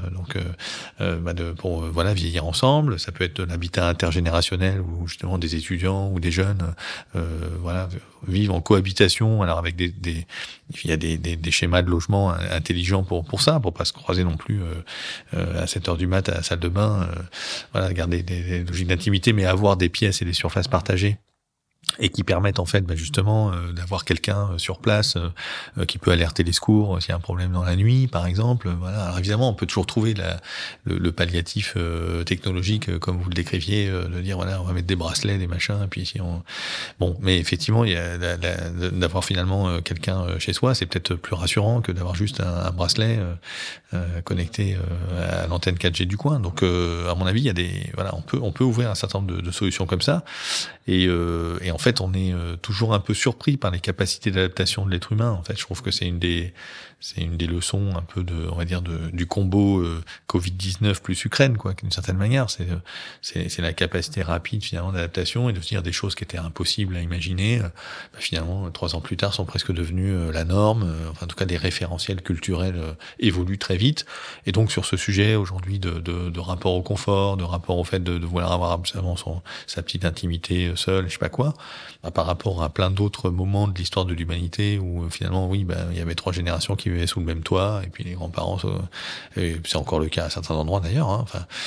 pour vieillir ensemble. Ça peut être de l'habitat intergénérationnel, où justement des étudiants ou des jeunes vivent en cohabitation. Alors avec il y a des schémas de logement intelligents pour ça, pour pas se croiser non plus à 7h du mat à la salle de bain, garder des logiques d'intimité, mais avoir des pièces et des surfaces partagées, et qui permettent en fait justement d'avoir quelqu'un sur place qui peut alerter les secours s'il y a un problème dans la nuit, par exemple. Alors évidemment, on peut toujours trouver le palliatif technologique, comme vous le décriviez, de dire on va mettre des bracelets, des machins, et puis mais effectivement, il y a d'avoir finalement quelqu'un chez soi, c'est peut-être plus rassurant que d'avoir juste un bracelet connecté à l'antenne 4G du coin. Donc à mon avis, il y a on peut ouvrir un certain nombre de solutions comme ça, et en fait, on est toujours un peu surpris par les capacités d'adaptation de l'être humain. En fait, je trouve que c'est une des leçons un peu du combo Covid-19 plus Ukraine, quoi, d'une certaine manière. C'est la capacité rapide finalement d'adaptation, et de se dire des choses qui étaient impossibles à imaginer. Finalement, 3 ans plus tard, sont presque devenues la norme. En tout cas, des référentiels culturels évoluent très vite. Et donc, sur ce sujet aujourd'hui de rapport au confort, de rapport au fait de vouloir avoir absolument sa petite intimité seule, je sais pas quoi, par rapport à plein d'autres moments de l'histoire de l'humanité où finalement, il y avait 3 générations qui vivaient sous le même toit, et puis les grands-parents, et c'est encore le cas à certains endroits d'ailleurs,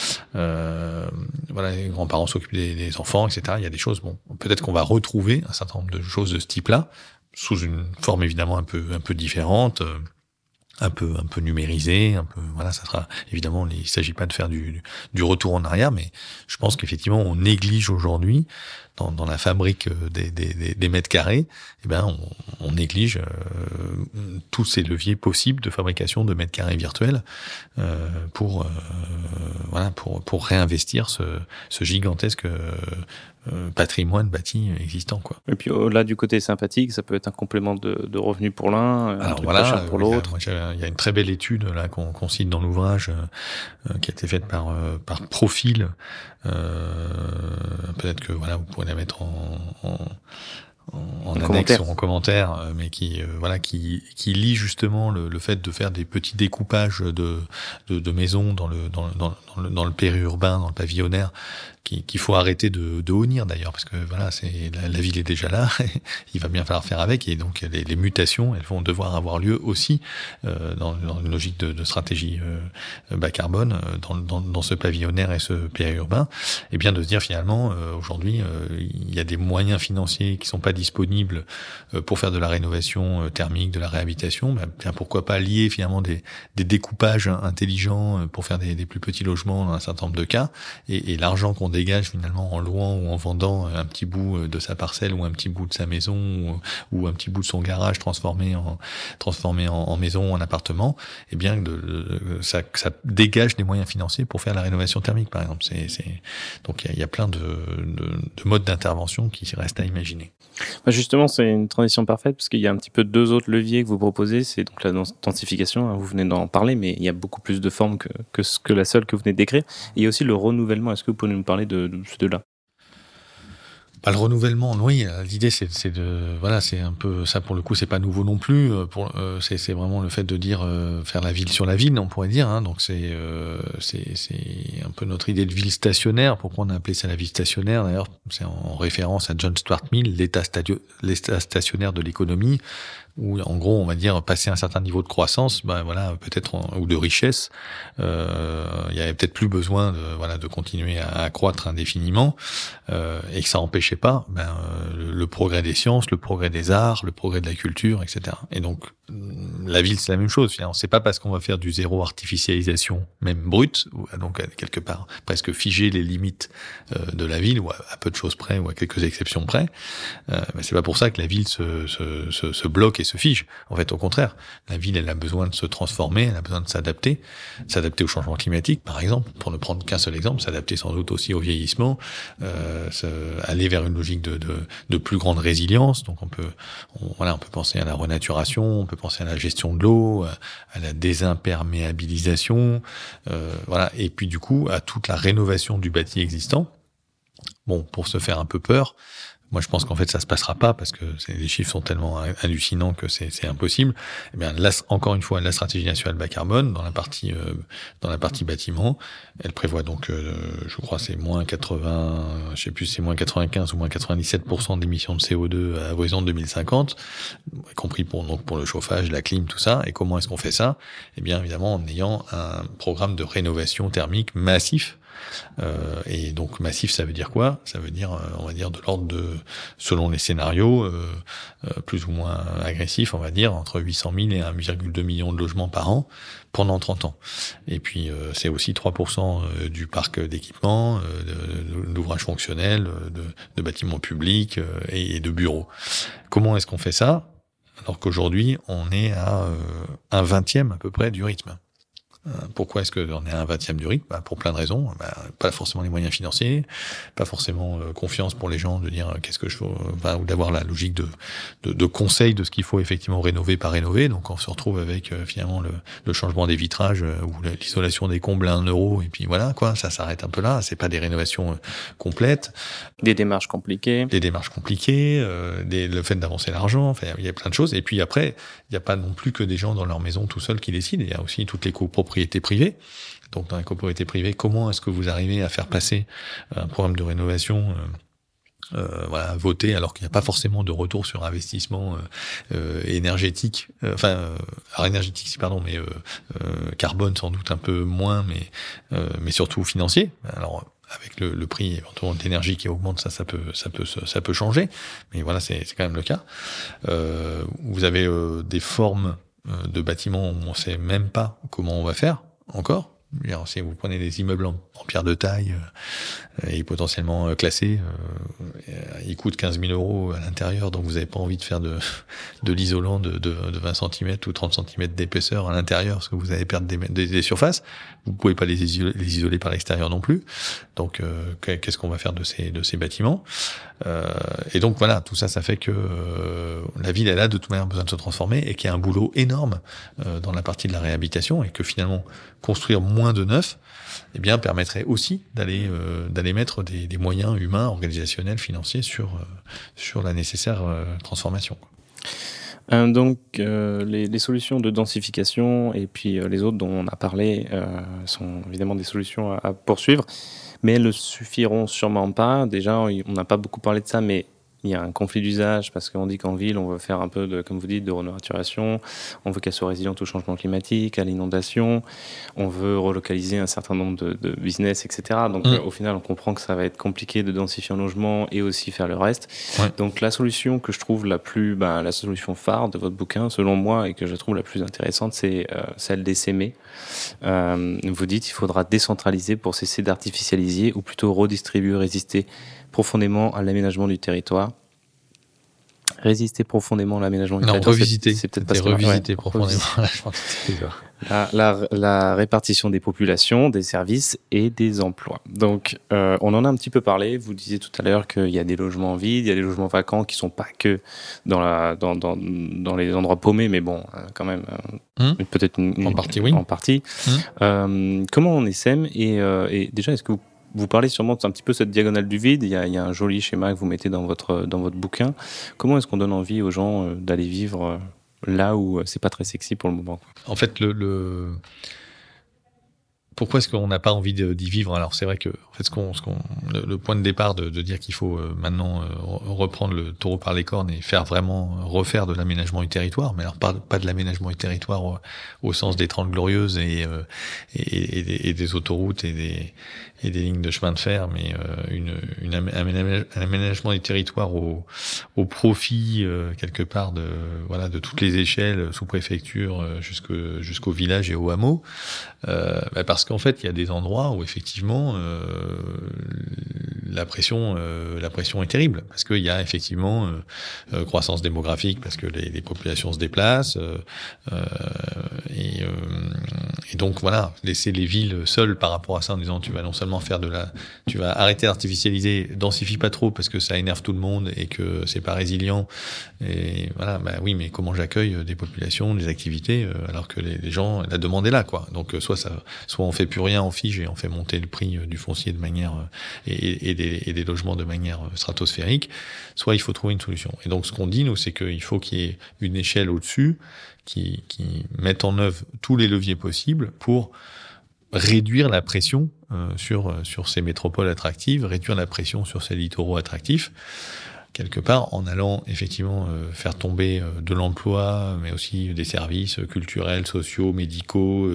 les grands-parents s'occupent des enfants, etc. Il y a des choses, peut-être qu'on va retrouver un certain nombre de choses de ce type-là, sous une forme évidemment un peu différente, un peu numérisé, voilà, ça sera évidemment, il s'agit pas de faire du retour en arrière, mais je pense qu'effectivement on néglige aujourd'hui dans la fabrique des mètres carrés, on néglige tous ces leviers possibles de fabrication de mètres carrés virtuels pour réinvestir ce gigantesque patrimoine bâti existant, quoi. Et puis au-delà du côté sympathique, ça peut être un complément de revenus pour l'un, un truc pas cher pour l'autre. Il y a une très belle étude là qu'on cite dans l'ouvrage qui a été faite par Profil. Peut-être que vous pourrez la mettre en annexe ou en commentaire, mais qui lie justement le fait de faire des petits découpages de maisons dans le périurbain, dans le pavillonnaire, qu'il faut arrêter de honnir d'ailleurs, parce que c'est la ville est déjà là, il va bien falloir faire avec, et donc les mutations, elles vont devoir avoir lieu aussi dans une logique de stratégie bas carbone dans ce pavillonnaire et ce périurbain, et bien de se dire finalement aujourd'hui il y a des moyens financiers qui sont pas disponibles pour faire de la rénovation thermique, de la réhabilitation, bien pourquoi pas lier finalement des découpages intelligents pour faire des plus petits logements dans un certain nombre de cas, et l'argent qu'on dégage finalement en louant ou en vendant un petit bout de sa parcelle ou un petit bout de sa maison ou un petit bout de son garage transformé en maison, en appartement, et bien ça dégage des moyens financiers pour faire la rénovation thermique par exemple. Donc il y a plein de modes d'intervention qui restent à imaginer. Justement, c'est une transition parfaite parce qu'il y a un petit peu deux autres leviers que vous proposez, c'est donc la densification, vous venez d'en parler, mais il y a beaucoup plus de formes que la seule que vous venez de décrire. Et il y a aussi le renouvellement. Est-ce que vous pouvez nous parler de ces deux-là ? Le renouvellement, oui, l'idée c'est c'est un peu ça, pour le coup, c'est pas nouveau non plus. C'est vraiment le fait de dire faire la ville sur la ville, on pourrait dire. Donc c'est un peu notre idée de ville stationnaire. Pourquoi on a appelé ça la ville stationnaire ? D'ailleurs, c'est en référence à John Stuart Mill, l'état stationnaire de l'économie, où en gros on va dire passer un certain niveau de croissance, peut-être ou de richesse, il y avait peut-être plus besoin de continuer à croître indéfiniment, et que ça empêchait pas le progrès des sciences, le progrès des arts, le progrès de la culture, etc. Et donc la ville c'est la même chose. C'est pas parce qu'on va faire du zéro artificialisation, même brute, donc quelque part presque figer les limites de la ville, ou à peu de choses près, ou à quelques exceptions près, mais c'est pas pour ça que la ville se bloque et se fige. En fait, au contraire, la ville, elle a besoin de se transformer, elle a besoin de s'adapter au changement climatique, par exemple, pour ne prendre qu'un seul exemple, s'adapter sans doute aussi au vieillissement, aller vers une logique de plus grande résilience. Donc on peut penser à la renaturation, on peut penser à la gestion de l'eau, à la désimperméabilisation, et puis du coup à toute la rénovation du bâti existant. Bon, pour se faire un peu peur, moi, je pense qu'en fait, ça se passera pas parce que les chiffres sont tellement hallucinants que c'est impossible. Eh bien, là, encore une fois, la stratégie nationale bas carbone dans la partie bâtiment, elle prévoit donc, je crois, c'est moins 80, je sais plus, c'est moins 95 ou moins 97% d'émissions de CO2 à horizon 2050, y compris pour le chauffage, la clim, tout ça. Et comment est-ce qu'on fait ça ? Eh bien, évidemment, en ayant un programme de rénovation thermique massif. Et donc massif, ça veut dire quoi ? Ça veut dire, on va dire, de l'ordre de, selon les scénarios, plus ou moins agressifs, on va dire, entre 800 000 et 1,2 million de logements par an pendant 30 ans. Et puis c'est aussi 3% du parc d'équipement, d'ouvrages fonctionnels, de bâtiments publics et de bureaux. Comment est-ce qu'on fait ça ? Alors qu'aujourd'hui, on est à un 20e à peu près du rythme. Pourquoi est-ce qu'on est à un 20e du rythme ? Pour plein de raisons. Pas forcément les moyens financiers, pas forcément confiance pour les gens de dire qu'est-ce que je faut, ou d'avoir la logique de conseil de ce qu'il faut effectivement rénover par rénover. Donc on se retrouve avec finalement le changement des vitrages ou l'isolation des combles à 1 euro, et puis voilà quoi, ça s'arrête un peu là. C'est pas des rénovations complètes. Des démarches compliquées. Le fait d'avancer l'argent. Enfin, il y a plein de choses. Et puis après, il n'y a pas non plus que des gens dans leur maison tout seuls qui décident. Il y a aussi toutes les copropriétés privées. Donc dans la copropriété privée, comment est-ce que vous arrivez à faire passer un programme de rénovation voté alors qu'il n'y a pas forcément de retour sur investissement énergétique, mais carbone sans doute un peu moins, mais surtout financier. Alors avec le prix éventuellement de l'énergie qui augmente, ça peut changer, mais voilà, c'est quand même le cas. Vous avez des formes de bâtiments où on sait même pas comment on va faire encore. Alors, si vous prenez des immeubles en pierre de taille et potentiellement classés, ils coûtent 15 000 € à l'intérieur, donc vous n'avez pas envie de faire de l'isolant de 20 cm ou 30 cm d'épaisseur à l'intérieur, parce que vous allez perdre des surfaces. Vous pouvez pas les isoler par l'extérieur non plus. Donc, qu'est-ce qu'on va faire de ces bâtiments? Et donc voilà, tout ça, ça fait que la ville, elle a de toute manière besoin de se transformer et qu'il y a un boulot énorme dans la partie de la réhabilitation, et que finalement construire moins de neuf, eh bien, permettrait aussi d'aller mettre des moyens humains, organisationnels, financiers sur la nécessaire transformation. Donc, les solutions de densification et puis les autres dont on a parlé sont évidemment des solutions à poursuivre, mais elles ne suffiront sûrement pas. Déjà, on n'a pas beaucoup parlé de ça, mais il y a un conflit d'usage parce qu'on dit qu'en ville, on veut faire un peu comme vous dites, de renaturation. On veut qu'elle soit résiliente au changement climatique, à l'inondation. On veut relocaliser un certain nombre de business, etc. Donc, au final, on comprend que ça va être compliqué de densifier un logement et aussi faire le reste. Ouais. Donc, la solution que je trouve la solution phare de votre bouquin, selon moi, et que je trouve la plus intéressante, c'est celle d'essaimer. Vous dites qu'il faudra décentraliser pour cesser d'artificialiser, ou plutôt redistribuer, résister profondément à l'aménagement du territoire. Résister profondément à l'aménagement du territoire. Revisiter. C'est peut-être pas revisiter profondément. La répartition des populations, des services et des emplois. Donc, on en a un petit peu parlé. Vous disiez tout à l'heure qu'il y a des logements vides, il y a des logements vacants qui sont pas que dans les endroits paumés, mais bon, quand même, peut-être en partie, oui. En partie. Comment on essaime et déjà, est-ce que vous parlez sûrement un petit peu de cette diagonale du vide. Il y a un joli schéma que vous mettez dans votre bouquin. Comment est-ce qu'on donne envie aux gens d'aller vivre là où c'est pas très sexy pour le moment? En fait, pourquoi est-ce qu'on n'a pas envie d'y vivre? Alors c'est vrai que en fait, le point de départ de dire qu'il faut maintenant reprendre le taureau par les cornes et refaire de l'aménagement du territoire, mais alors pas de l'aménagement du territoire au sens des 30 glorieuses et des autoroutes et des lignes de chemin de fer, mais un aménagement du territoire au profit quelque part de toutes les échelles, sous-préfecture jusqu'au village et au hameau, parce qu'en fait il y a des endroits où effectivement la pression est terrible, parce qu'il y a effectivement croissance démographique, parce que les populations se déplacent, et donc voilà, laisser les villes seules par rapport à ça en disant tu vas non seulement tu vas arrêter d'artificialiser, densifie pas trop parce que ça énerve tout le monde et que c'est pas résilient, et voilà, oui, mais comment j'accueille des populations, des activités alors que les gens, la demande est là, quoi. Donc soit on fait plus rien, on fige et on fait monter le prix du foncier de manière et des logements de manière stratosphérique, soit il faut trouver une solution. Et donc ce qu'on dit, nous, c'est qu'il faut qu'il y ait une échelle au-dessus qui mette en œuvre tous les leviers possibles pour réduire la pression sur ces métropoles attractives, réduire la pression sur ces littoraux attractifs, quelque part en allant effectivement faire tomber de l'emploi, mais aussi des services culturels, sociaux, médicaux,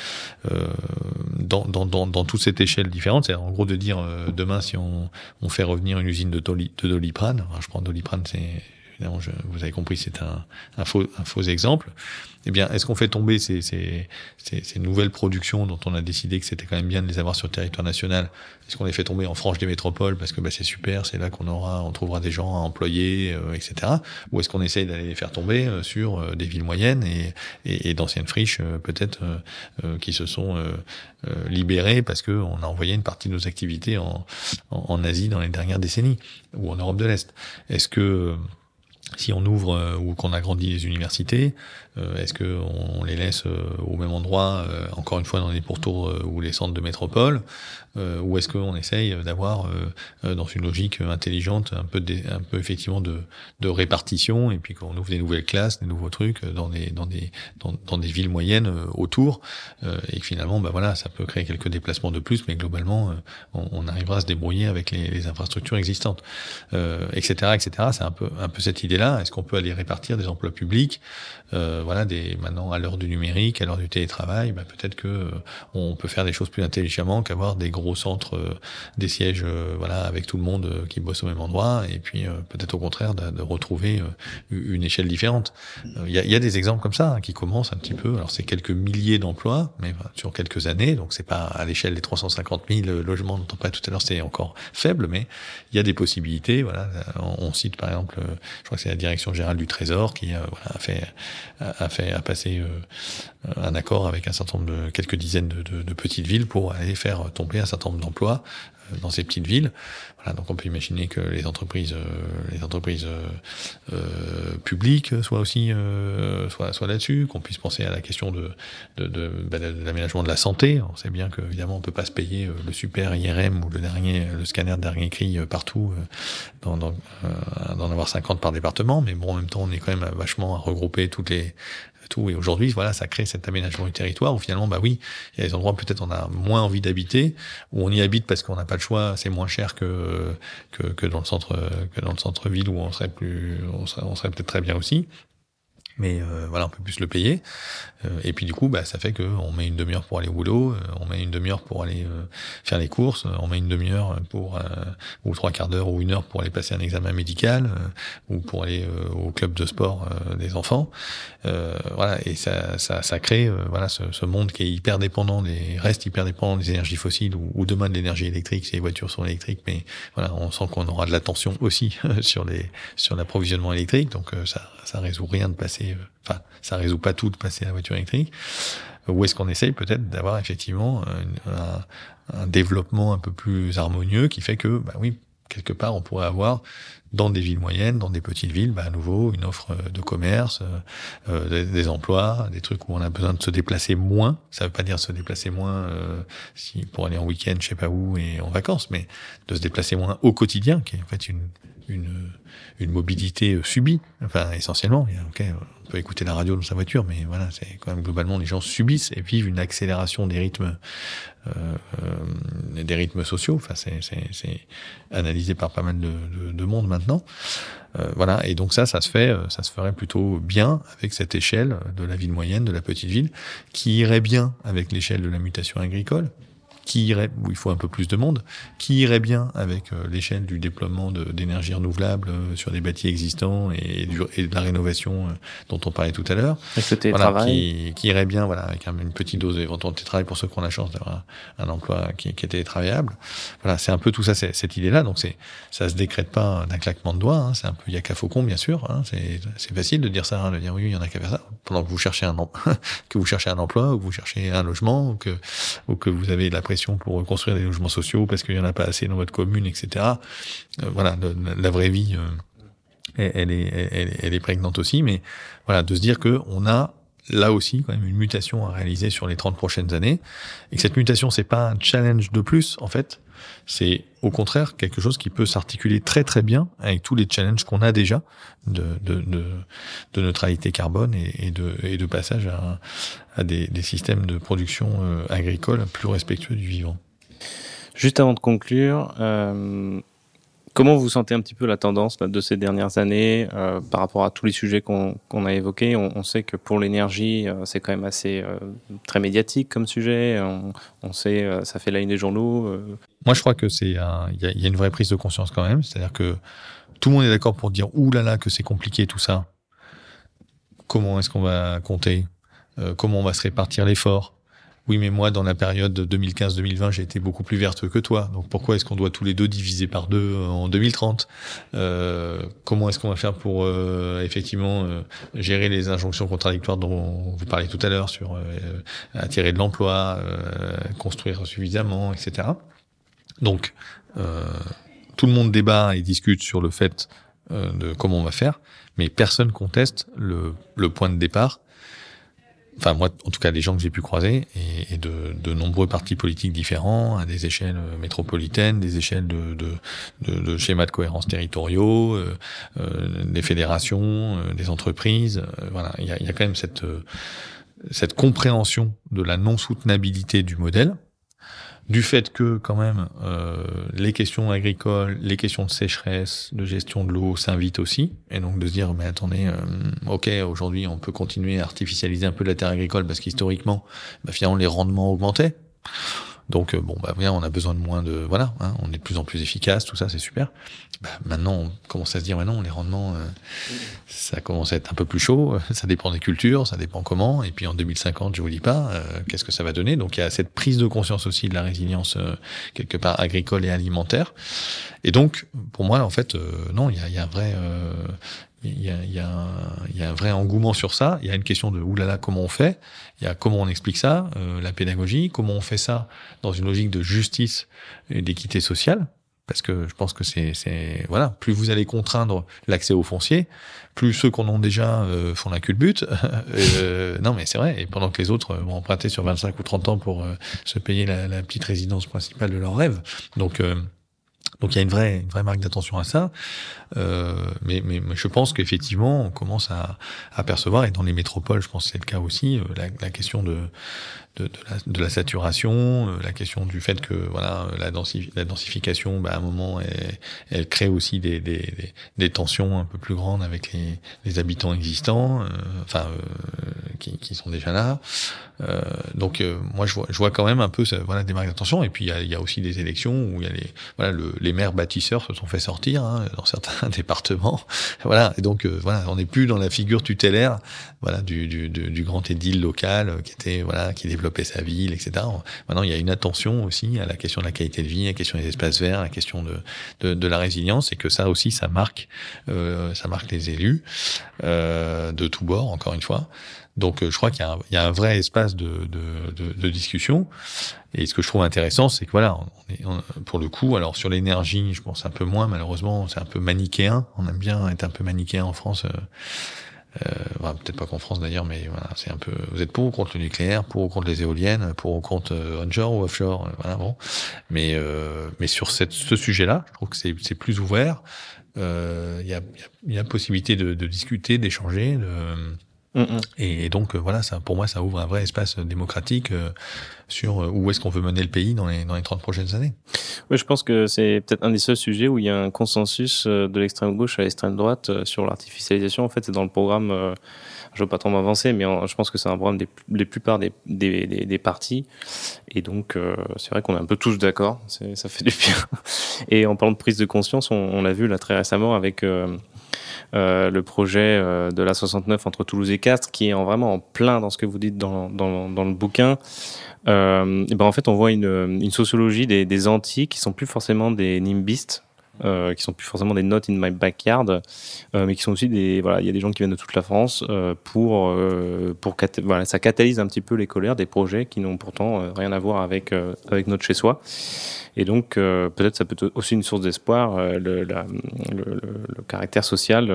dans toute cette échelle différente. C'est en gros de dire demain, si on fait revenir une usine de Doliprane, alors je prends Doliprane, c'est évidemment, vous avez compris, c'est un faux exemple. Eh bien, est-ce qu'on fait tomber ces nouvelles productions dont on a décidé que c'était quand même bien de les avoir sur le territoire national? Est-ce qu'on les fait tomber en frange des métropoles parce que c'est super, c'est là on trouvera des gens à employer, etc. Ou est-ce qu'on essaye d'aller les faire tomber sur des villes moyennes et d'anciennes friches peut-être qui se sont libérées parce que on a envoyé une partie de nos activités en Asie dans les dernières décennies ou en Europe de l'Est? Est-ce que si on ouvre ou qu'on agrandit les universités, est-ce que on les laisse au même endroit, encore une fois dans les pourtours ou les centres de métropole, ou est-ce qu'on essaye d'avoir dans une logique intelligente un peu effectivement de répartition, et puis qu'on ouvre des nouvelles classes, des nouveaux trucs dans des villes moyennes autour, et que finalement voilà, ça peut créer quelques déplacements de plus, mais globalement on arrivera à se débrouiller avec les infrastructures existantes, etc. C'est un peu cette idée-là. Est-ce qu'on peut aller répartir des emplois publics maintenant à l'heure du numérique, à l'heure du télétravail, peut-être que on peut faire des choses plus intelligemment qu'avoir des gros centres, des sièges, avec tout le monde qui bosse au même endroit, et puis peut-être au contraire de retrouver une échelle différente. Il y a des exemples comme ça qui commencent un petit peu. Alors c'est quelques milliers d'emplois, mais sur quelques années, donc c'est pas à l'échelle des 350 000 logements dont on parlait tout à l'heure, c'est encore faible, mais il y a des possibilités. Voilà, on cite par exemple, je crois que c'est la Direction générale du Trésor qui a passé un accord avec un certain nombre de quelques dizaines de petites villes pour aller faire tomber un certain nombre d'emplois dans ces petites villes. Voilà, donc on peut imaginer que les entreprises publiques soient aussi soient là-dessus, qu'on puisse penser à la question de l'aménagement de la santé. On sait bien que évidemment on peut pas se payer le super IRM ou le scanner de dernier cri partout, d'en avoir 50 par département, mais bon, en même temps on est quand même vachement à regrouper tout, et aujourd'hui, ça crée cet aménagement du territoire où finalement, il y a des endroits peut-être on a moins envie d'habiter, où on y habite parce qu'on n'a pas le choix, c'est moins cher que dans le centre-ville où on serait peut-être très bien aussi. Mais on peut plus se le payer. Et puis du coup, ça fait que on met une demi-heure pour aller au boulot, on met une demi-heure pour aller faire les courses, on met une demi-heure ou trois quarts d'heure ou une heure pour aller passer un examen médical, ou pour aller au club de sport des enfants. Et ça crée ce monde qui est reste hyper dépendant des énergies fossiles ou demain de l'énergie électrique si les voitures sont électriques. Mais on sent qu'on aura de la tension aussi sur l'approvisionnement électrique. Donc ça résout rien de passer. Ça résout pas tout de passer à la voiture électrique. Ou est-ce qu'on essaye peut-être d'avoir effectivement un développement un peu plus harmonieux qui fait que, quelque part, on pourrait avoir dans des villes moyennes, dans des petites villes, à nouveau une offre de commerce, des emplois, des trucs où on a besoin de se déplacer moins. Ça veut pas dire se déplacer moins pour aller en week-end, je sais pas où, et en vacances, mais de se déplacer moins au quotidien, qui est en fait une mobilité subie. Essentiellement. On peut écouter la radio dans sa voiture, mais c'est quand même globalement les gens subissent et vivent une accélération des rythmes sociaux. C'est analysé par pas mal de monde maintenant. Et donc ça se ferait plutôt bien avec cette échelle de la ville moyenne, de la petite ville, qui irait bien avec l'échelle de la mutation agricole, où il faut un peu plus de monde, qui irait bien avec l'échelle du déploiement d'énergie renouvelable sur des bâtis existants et de la rénovation dont on parlait tout à l'heure. Avec le télétravail. Qui irait bien, avec une petite dose éventuellement de télétravail pour ceux qui ont la chance d'avoir un emploi qui est télétravaillable. C'est un peu tout ça, cette idée-là. Donc ça se décrète pas d'un claquement de doigts. C'est un peu Yaka Faucon, bien sûr. C'est facile de dire ça, de dire oui, il y en a qu'à faire ça. Pendant que vous cherchez un emploi, ou que vous cherchez un logement, ou que vous avez la pression pour construire des logements sociaux parce qu'il y en a pas assez dans votre commune, etc. La vraie vie, elle est prégnante aussi, mais de se dire que on a là aussi quand même une mutation à réaliser sur les 30 prochaines années, et que cette mutation c'est pas un challenge de plus en fait, c'est au contraire quelque chose qui peut s'articuler très très bien avec tous les challenges qu'on a déjà de neutralité carbone et de passage à des systèmes de production agricole plus respectueux du vivant. Juste avant de conclure, comment vous sentez un petit peu la tendance de ces dernières années par rapport à tous les sujets qu'on a évoqués? On sait que pour l'énergie, c'est quand même assez très médiatique comme sujet. On sait, ça fait la une des journaux. Moi, je crois que il y a une vraie prise de conscience quand même. C'est-à-dire que tout le monde est d'accord pour dire ouh là là que c'est compliqué tout ça. Comment est-ce qu'on va compter? Comment on va se répartir l'effort? Oui, mais moi, dans la période 2015-2020, j'ai été beaucoup plus vertueux que toi. Donc, pourquoi est-ce qu'on doit tous les deux diviser par 2 en 2030 ? Comment est-ce qu'on va faire pour effectivement gérer les injonctions contradictoires dont vous parliez tout à l'heure sur attirer de l'emploi, construire suffisamment, etc. Donc, tout le monde débat et discute sur le fait de comment on va faire, mais personne conteste le point de départ. Enfin, moi, en tout cas, les gens que j'ai pu croiser et de nombreux partis politiques différents, à des échelles métropolitaines, des échelles de schémas de cohérence territoriaux, des fédérations, des entreprises. Il y a quand même cette compréhension de la non-soutenabilité du modèle. du fait que quand même les questions agricoles, les questions de sécheresse, de gestion de l'eau s'invitent aussi, et donc de se dire mais attendez, ok, aujourd'hui on peut continuer à artificialiser un peu la terre agricole parce qu'historiquement, finalement les rendements augmentaient. Donc bien, on a besoin de moins de on est de plus en plus efficace, tout ça c'est super. Maintenant on commence à se dire maintenant les rendements ça commence à être un peu plus chaud, ça dépend des cultures, ça dépend comment, et puis en 2050 je vous dis pas qu'est-ce que ça va donner. Donc il y a cette prise de conscience aussi de la résilience quelque part agricole et alimentaire. Et donc pour moi en fait non, il y a un vrai il y a un vrai engouement sur ça. Il y a une question de oulala, comment on fait? Il y a comment on explique ça, la pédagogie, comment on fait ça dans une logique de justice et d'équité sociale. Parce que je pense que c'est plus vous allez contraindre l'accès au foncier, plus ceux qu'on ont déjà font la culbute. Non mais c'est vrai. Et pendant que les autres vont emprunter sur 25 ou 30 ans pour se payer la petite résidence principale de leur rêve. Donc il y a une vraie marque d'attention à ça, mais je pense qu'effectivement on commence à percevoir, et dans les métropoles je pense que c'est le cas aussi, la question de la saturation, la question du fait que la densification à un moment elle crée aussi des tensions un peu plus grandes avec les habitants existants, qui sont déjà là. Donc moi je vois quand même un peu des marques d'attention. Et puis il y a aussi des élections où il y a les maires bâtisseurs se sont fait sortir dans certains départements. Et donc on n'est plus dans la figure tutélaire du grand édile local qui développait sa ville, etc. Maintenant il y a une attention aussi à la question de la qualité de vie, à la question des espaces verts, à la question de la résilience, et que ça aussi ça marque les élus de tous bords, encore une fois. Donc je crois qu'il y a un vrai espace de discussion. Et ce que je trouve intéressant, c'est que on pour le coup, alors sur l'énergie, je pense un peu moins, malheureusement, c'est un peu manichéen. On aime bien être un peu manichéen en France. Peut-être pas qu'en France d'ailleurs, mais c'est un peu. Vous êtes pour ou contre le nucléaire, pour ou contre les éoliennes, pour ou contre onshore ou offshore, Mais sur ce sujet-là, je trouve que c'est plus ouvert. Il y a possibilité de discuter, d'échanger. Et donc ça, pour moi, ça ouvre un vrai espace démocratique sur où est-ce qu'on veut mener le pays dans les 30 prochaines années. Oui, je pense que c'est peut-être un des seuls sujets où il y a un consensus de l'extrême gauche à l'extrême droite sur l'artificialisation. En fait, c'est dans le programme, je ne veux pas trop m'avancer, mais je pense que c'est un programme des plupart des partis. Et donc, c'est vrai qu'on est un peu tous d'accord. Ça fait du bien. Et en parlant de prise de conscience, on l'a vu là très récemment avec le projet de la 69 entre Toulouse et Castres, qui est vraiment en plein dans ce que vous dites dans le bouquin. En fait, on voit une sociologie des Antilles qui sont plus forcément des NIMBistes, qui sont plus forcément des not in my backyard, mais qui sont aussi il y a des gens qui viennent de toute la France ça catalyse un petit peu les colères des projets qui n'ont pourtant rien à voir avec notre chez soi. Et donc peut-être ça peut être aussi une source d'espoir, le caractère social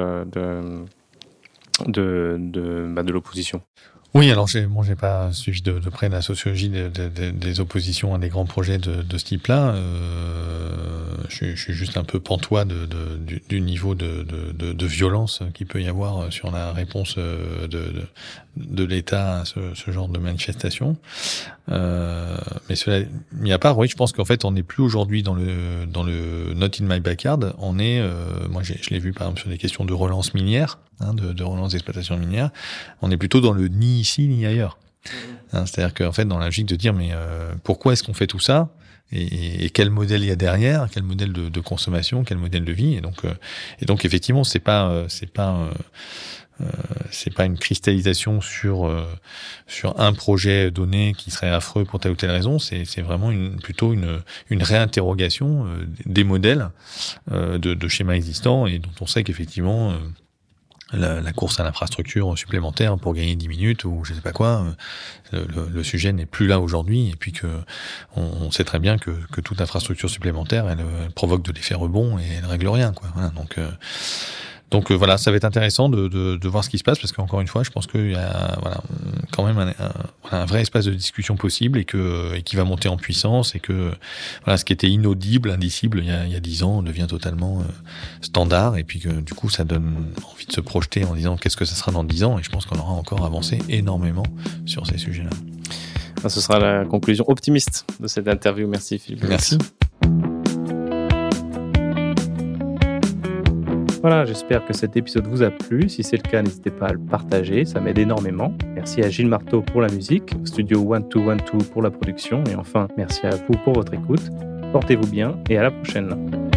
de l'opposition. Oui, alors j'ai pas suivi de près la sociologie des oppositions à des grands projets de ce type-là. Je suis juste un peu pantois du niveau de violence qu'il peut y avoir sur la réponse de l'État à ce genre de manifestation. Mais cela mis à part, oui, je pense qu'en fait on n'est plus aujourd'hui dans le not in my backyard. On est, moi je l'ai vu par exemple sur des questions de relance minière, de relance d'exploitation minière. On est plutôt dans le ni ici ni ailleurs. C'est-à-dire qu'en fait dans la logique de dire mais pourquoi est-ce qu'on fait tout ça? Et quel modèle il y a derrière, quel modèle de consommation, quel modèle de vie, et donc effectivement c'est pas une cristallisation sur un projet donné qui serait affreux pour telle ou telle raison, c'est vraiment plutôt une réinterrogation des modèles de schémas existants, et dont on sait qu'effectivement la course à l'infrastructure supplémentaire pour gagner 10 minutes ou je sais pas quoi, le sujet n'est plus là aujourd'hui, et puis que on sait très bien que toute infrastructure supplémentaire elle provoque de l'effet rebond et elle règle rien, quoi. Donc voilà, ça va être intéressant de voir ce qui se passe, parce qu'encore une fois, je pense qu'il y a quand même un vrai espace de discussion possible, et qui va monter en puissance, et que ce qui était inaudible, indicible il y a 10 ans devient totalement standard, et puis que du coup ça donne envie de se projeter en disant qu'est-ce que ça sera dans 10 ans, et je pense qu'on aura encore avancé énormément sur ces sujets-là. Ce sera la conclusion optimiste de cette interview. Merci Philippe. Merci. Voilà, j'espère que cet épisode vous a plu. Si c'est le cas, n'hésitez pas à le partager, ça m'aide énormément. Merci à Gilles Marteau pour la musique, au studio 1212 pour la production, et enfin, merci à vous pour votre écoute. Portez-vous bien et à la prochaine.